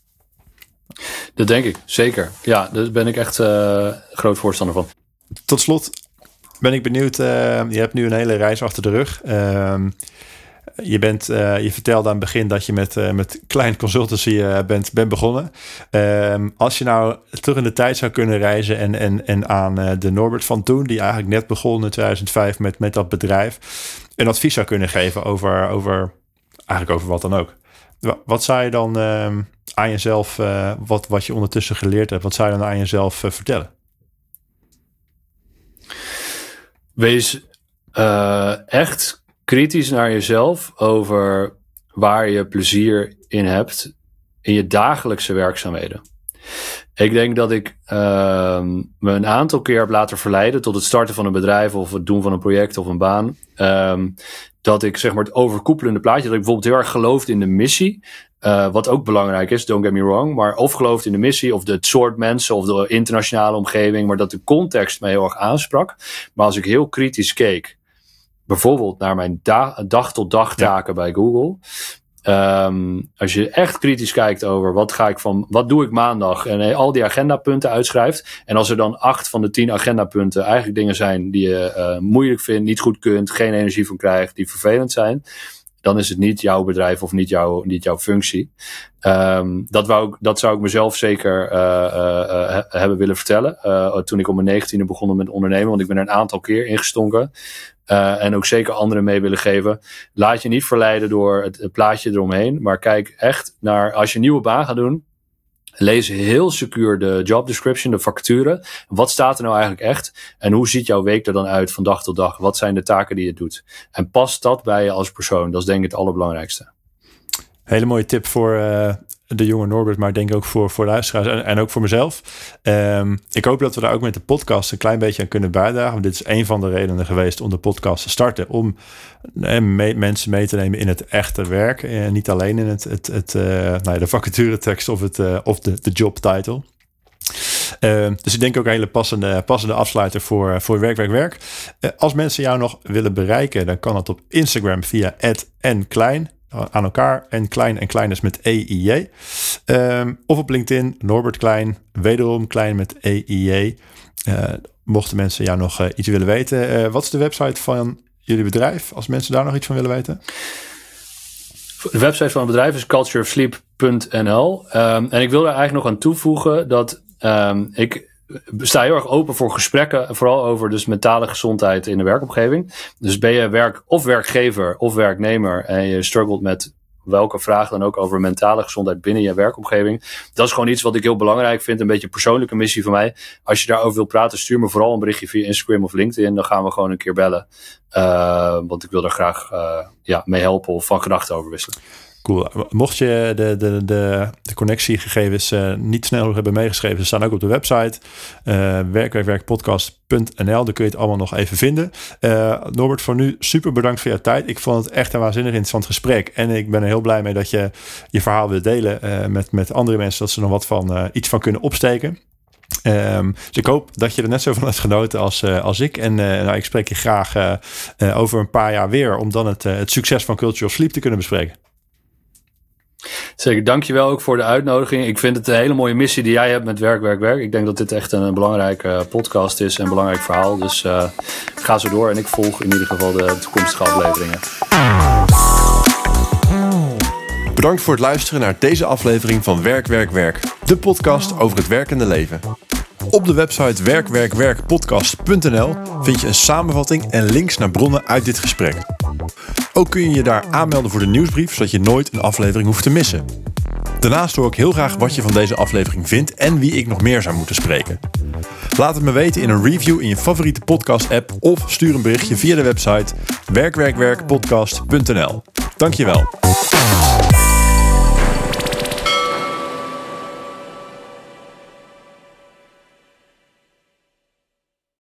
Dat denk ik, zeker. Ja, daar ben ik echt uh, groot voorstander van. Tot slot ben ik benieuwd... Uh, je hebt nu een hele reis achter de rug. Uh, je, bent, uh, je vertelde aan het begin dat je met, uh, met klein consultancy uh, bent, bent begonnen. Uh, als je nou terug in de tijd zou kunnen reizen... en, en, en aan uh, de Norbert van toen... die eigenlijk net begon in tweeduizend vijf met, met dat bedrijf... een advies zou kunnen geven over, over eigenlijk over wat dan ook. Wat zou je dan uh, aan jezelf, uh, wat, wat je ondertussen geleerd hebt, wat zou je dan aan jezelf uh, vertellen? Wees uh, echt kritisch naar jezelf over waar je plezier in hebt in je dagelijkse werkzaamheden. Ik denk dat ik uh, me een aantal keer heb laten verleiden tot het starten van een bedrijf of het doen van een project of een baan. Um, dat ik zeg maar het overkoepelende plaatje, dat ik bijvoorbeeld heel erg geloofde in de missie. Uh, wat ook belangrijk is, don't get me wrong. Maar of geloofde in de missie of de, het soort mensen of de internationale omgeving. Maar dat de context me heel erg aansprak. Maar als ik heel kritisch keek, bijvoorbeeld naar mijn da- dag tot dag taken ja. bij Google... Um, als je echt kritisch kijkt over wat ga ik van, wat doe ik maandag en al die agendapunten uitschrijft. En als er dan acht van de tien agendapunten eigenlijk dingen zijn die je uh, moeilijk vindt, niet goed kunt, geen energie van krijgt, die vervelend zijn. Dan is het niet jouw bedrijf of niet, jouw, niet jouw functie. Um, dat, wou ik, dat zou ik mezelf zeker uh, uh, uh, hebben willen vertellen. Uh, toen ik op mijn negentiende begon met ondernemen. Want ik ben er een aantal keer ingestonken. Uh, en ook zeker anderen mee willen geven. Laat je niet verleiden door het, het plaatje eromheen. Maar kijk echt naar, als je een nieuwe baan gaat doen. Lees heel secuur de job description, de vacature. Wat staat er nou eigenlijk echt? En hoe ziet jouw week er dan uit van dag tot dag? Wat zijn de taken die je doet? En pas dat bij je als persoon. Dat is denk ik het allerbelangrijkste. Hele mooie tip voor uh, de jonge Norbert, maar ik denk ook voor, voor luisteraars en, en ook voor mezelf. Um, ik hoop dat we daar ook met de podcast een klein beetje aan kunnen bijdragen. Want dit is een van de redenen geweest om de podcast te starten. Om uh, me, mensen mee te nemen in het echte werk. Uh, niet alleen in het, het, het, uh, nou ja, de vacaturetekst of, het, uh, of de, de job title. Uh, dus ik denk ook een hele passende, passende afsluiter voor, voor Werk, Werk, Werk. Uh, als mensen jou nog willen bereiken, dan kan dat op Instagram via at en klein. Aan elkaar en klein en klein is met E I J. Um, of op LinkedIn, Norbert Klein, wederom klein met E I J. Uh, mochten mensen jou nog uh, iets willen weten. Uh, wat is de website van jullie bedrijf, als mensen daar nog iets van willen weten? De website van het bedrijf is culture of sleep punt n l. Um, en ik wil er eigenlijk nog aan toevoegen dat um, ik sta heel erg open voor gesprekken, vooral over dus mentale gezondheid in de werkomgeving. Dus ben je werk of werkgever of werknemer en je struggelt met welke vraag dan ook over mentale gezondheid binnen je werkomgeving. Dat is gewoon iets wat ik heel belangrijk vind, een beetje een persoonlijke missie van mij. Als je daarover wil praten, stuur me vooral een berichtje via Instagram of LinkedIn. Dan gaan we gewoon een keer bellen. Uh, want ik wil daar graag uh, ja, mee helpen of van gedachten over wisselen. Cool. Mocht je de, de, de, de connectiegegevens uh, niet snel hebben meegeschreven, ze staan ook op de website uh, werk werk werk podcast punt n l. Daar kun je het allemaal nog even vinden. Uh, Norbert, voor nu super bedankt voor je tijd. Ik vond het echt een waanzinnig interessant gesprek. En ik ben er heel blij mee dat je je verhaal wil delen uh, met, met andere mensen, dat ze nog wat van uh, iets van kunnen opsteken. Um, dus ik hoop dat je er net zo van hebt genoten als, uh, als ik. En uh, nou, ik spreek je graag uh, uh, over een paar jaar weer, om dan het, uh, het succes van Culture of Sleep te kunnen bespreken. Zeker, dankjewel ook voor de uitnodiging. Ik vind het een hele mooie missie die jij hebt met Werk, Werk, Werk. Ik denk dat dit echt een, een belangrijke podcast is en een belangrijk verhaal. Dus uh, ga zo door en ik volg in ieder geval de toekomstige afleveringen. Bedankt voor het luisteren naar deze aflevering van Werk, Werk, Werk. De podcast over het werkende leven. Op de website werk werk werk podcast punt n l vind je een samenvatting en links naar bronnen uit dit gesprek. Ook kun je je daar aanmelden voor de nieuwsbrief, zodat je nooit een aflevering hoeft te missen. Daarnaast hoor ik heel graag wat je van deze aflevering vindt en wie ik nog meer zou moeten spreken. Laat het me weten in een review in je favoriete podcast-app of stuur een berichtje via de website werk werk werk podcast punt n l. Dankjewel.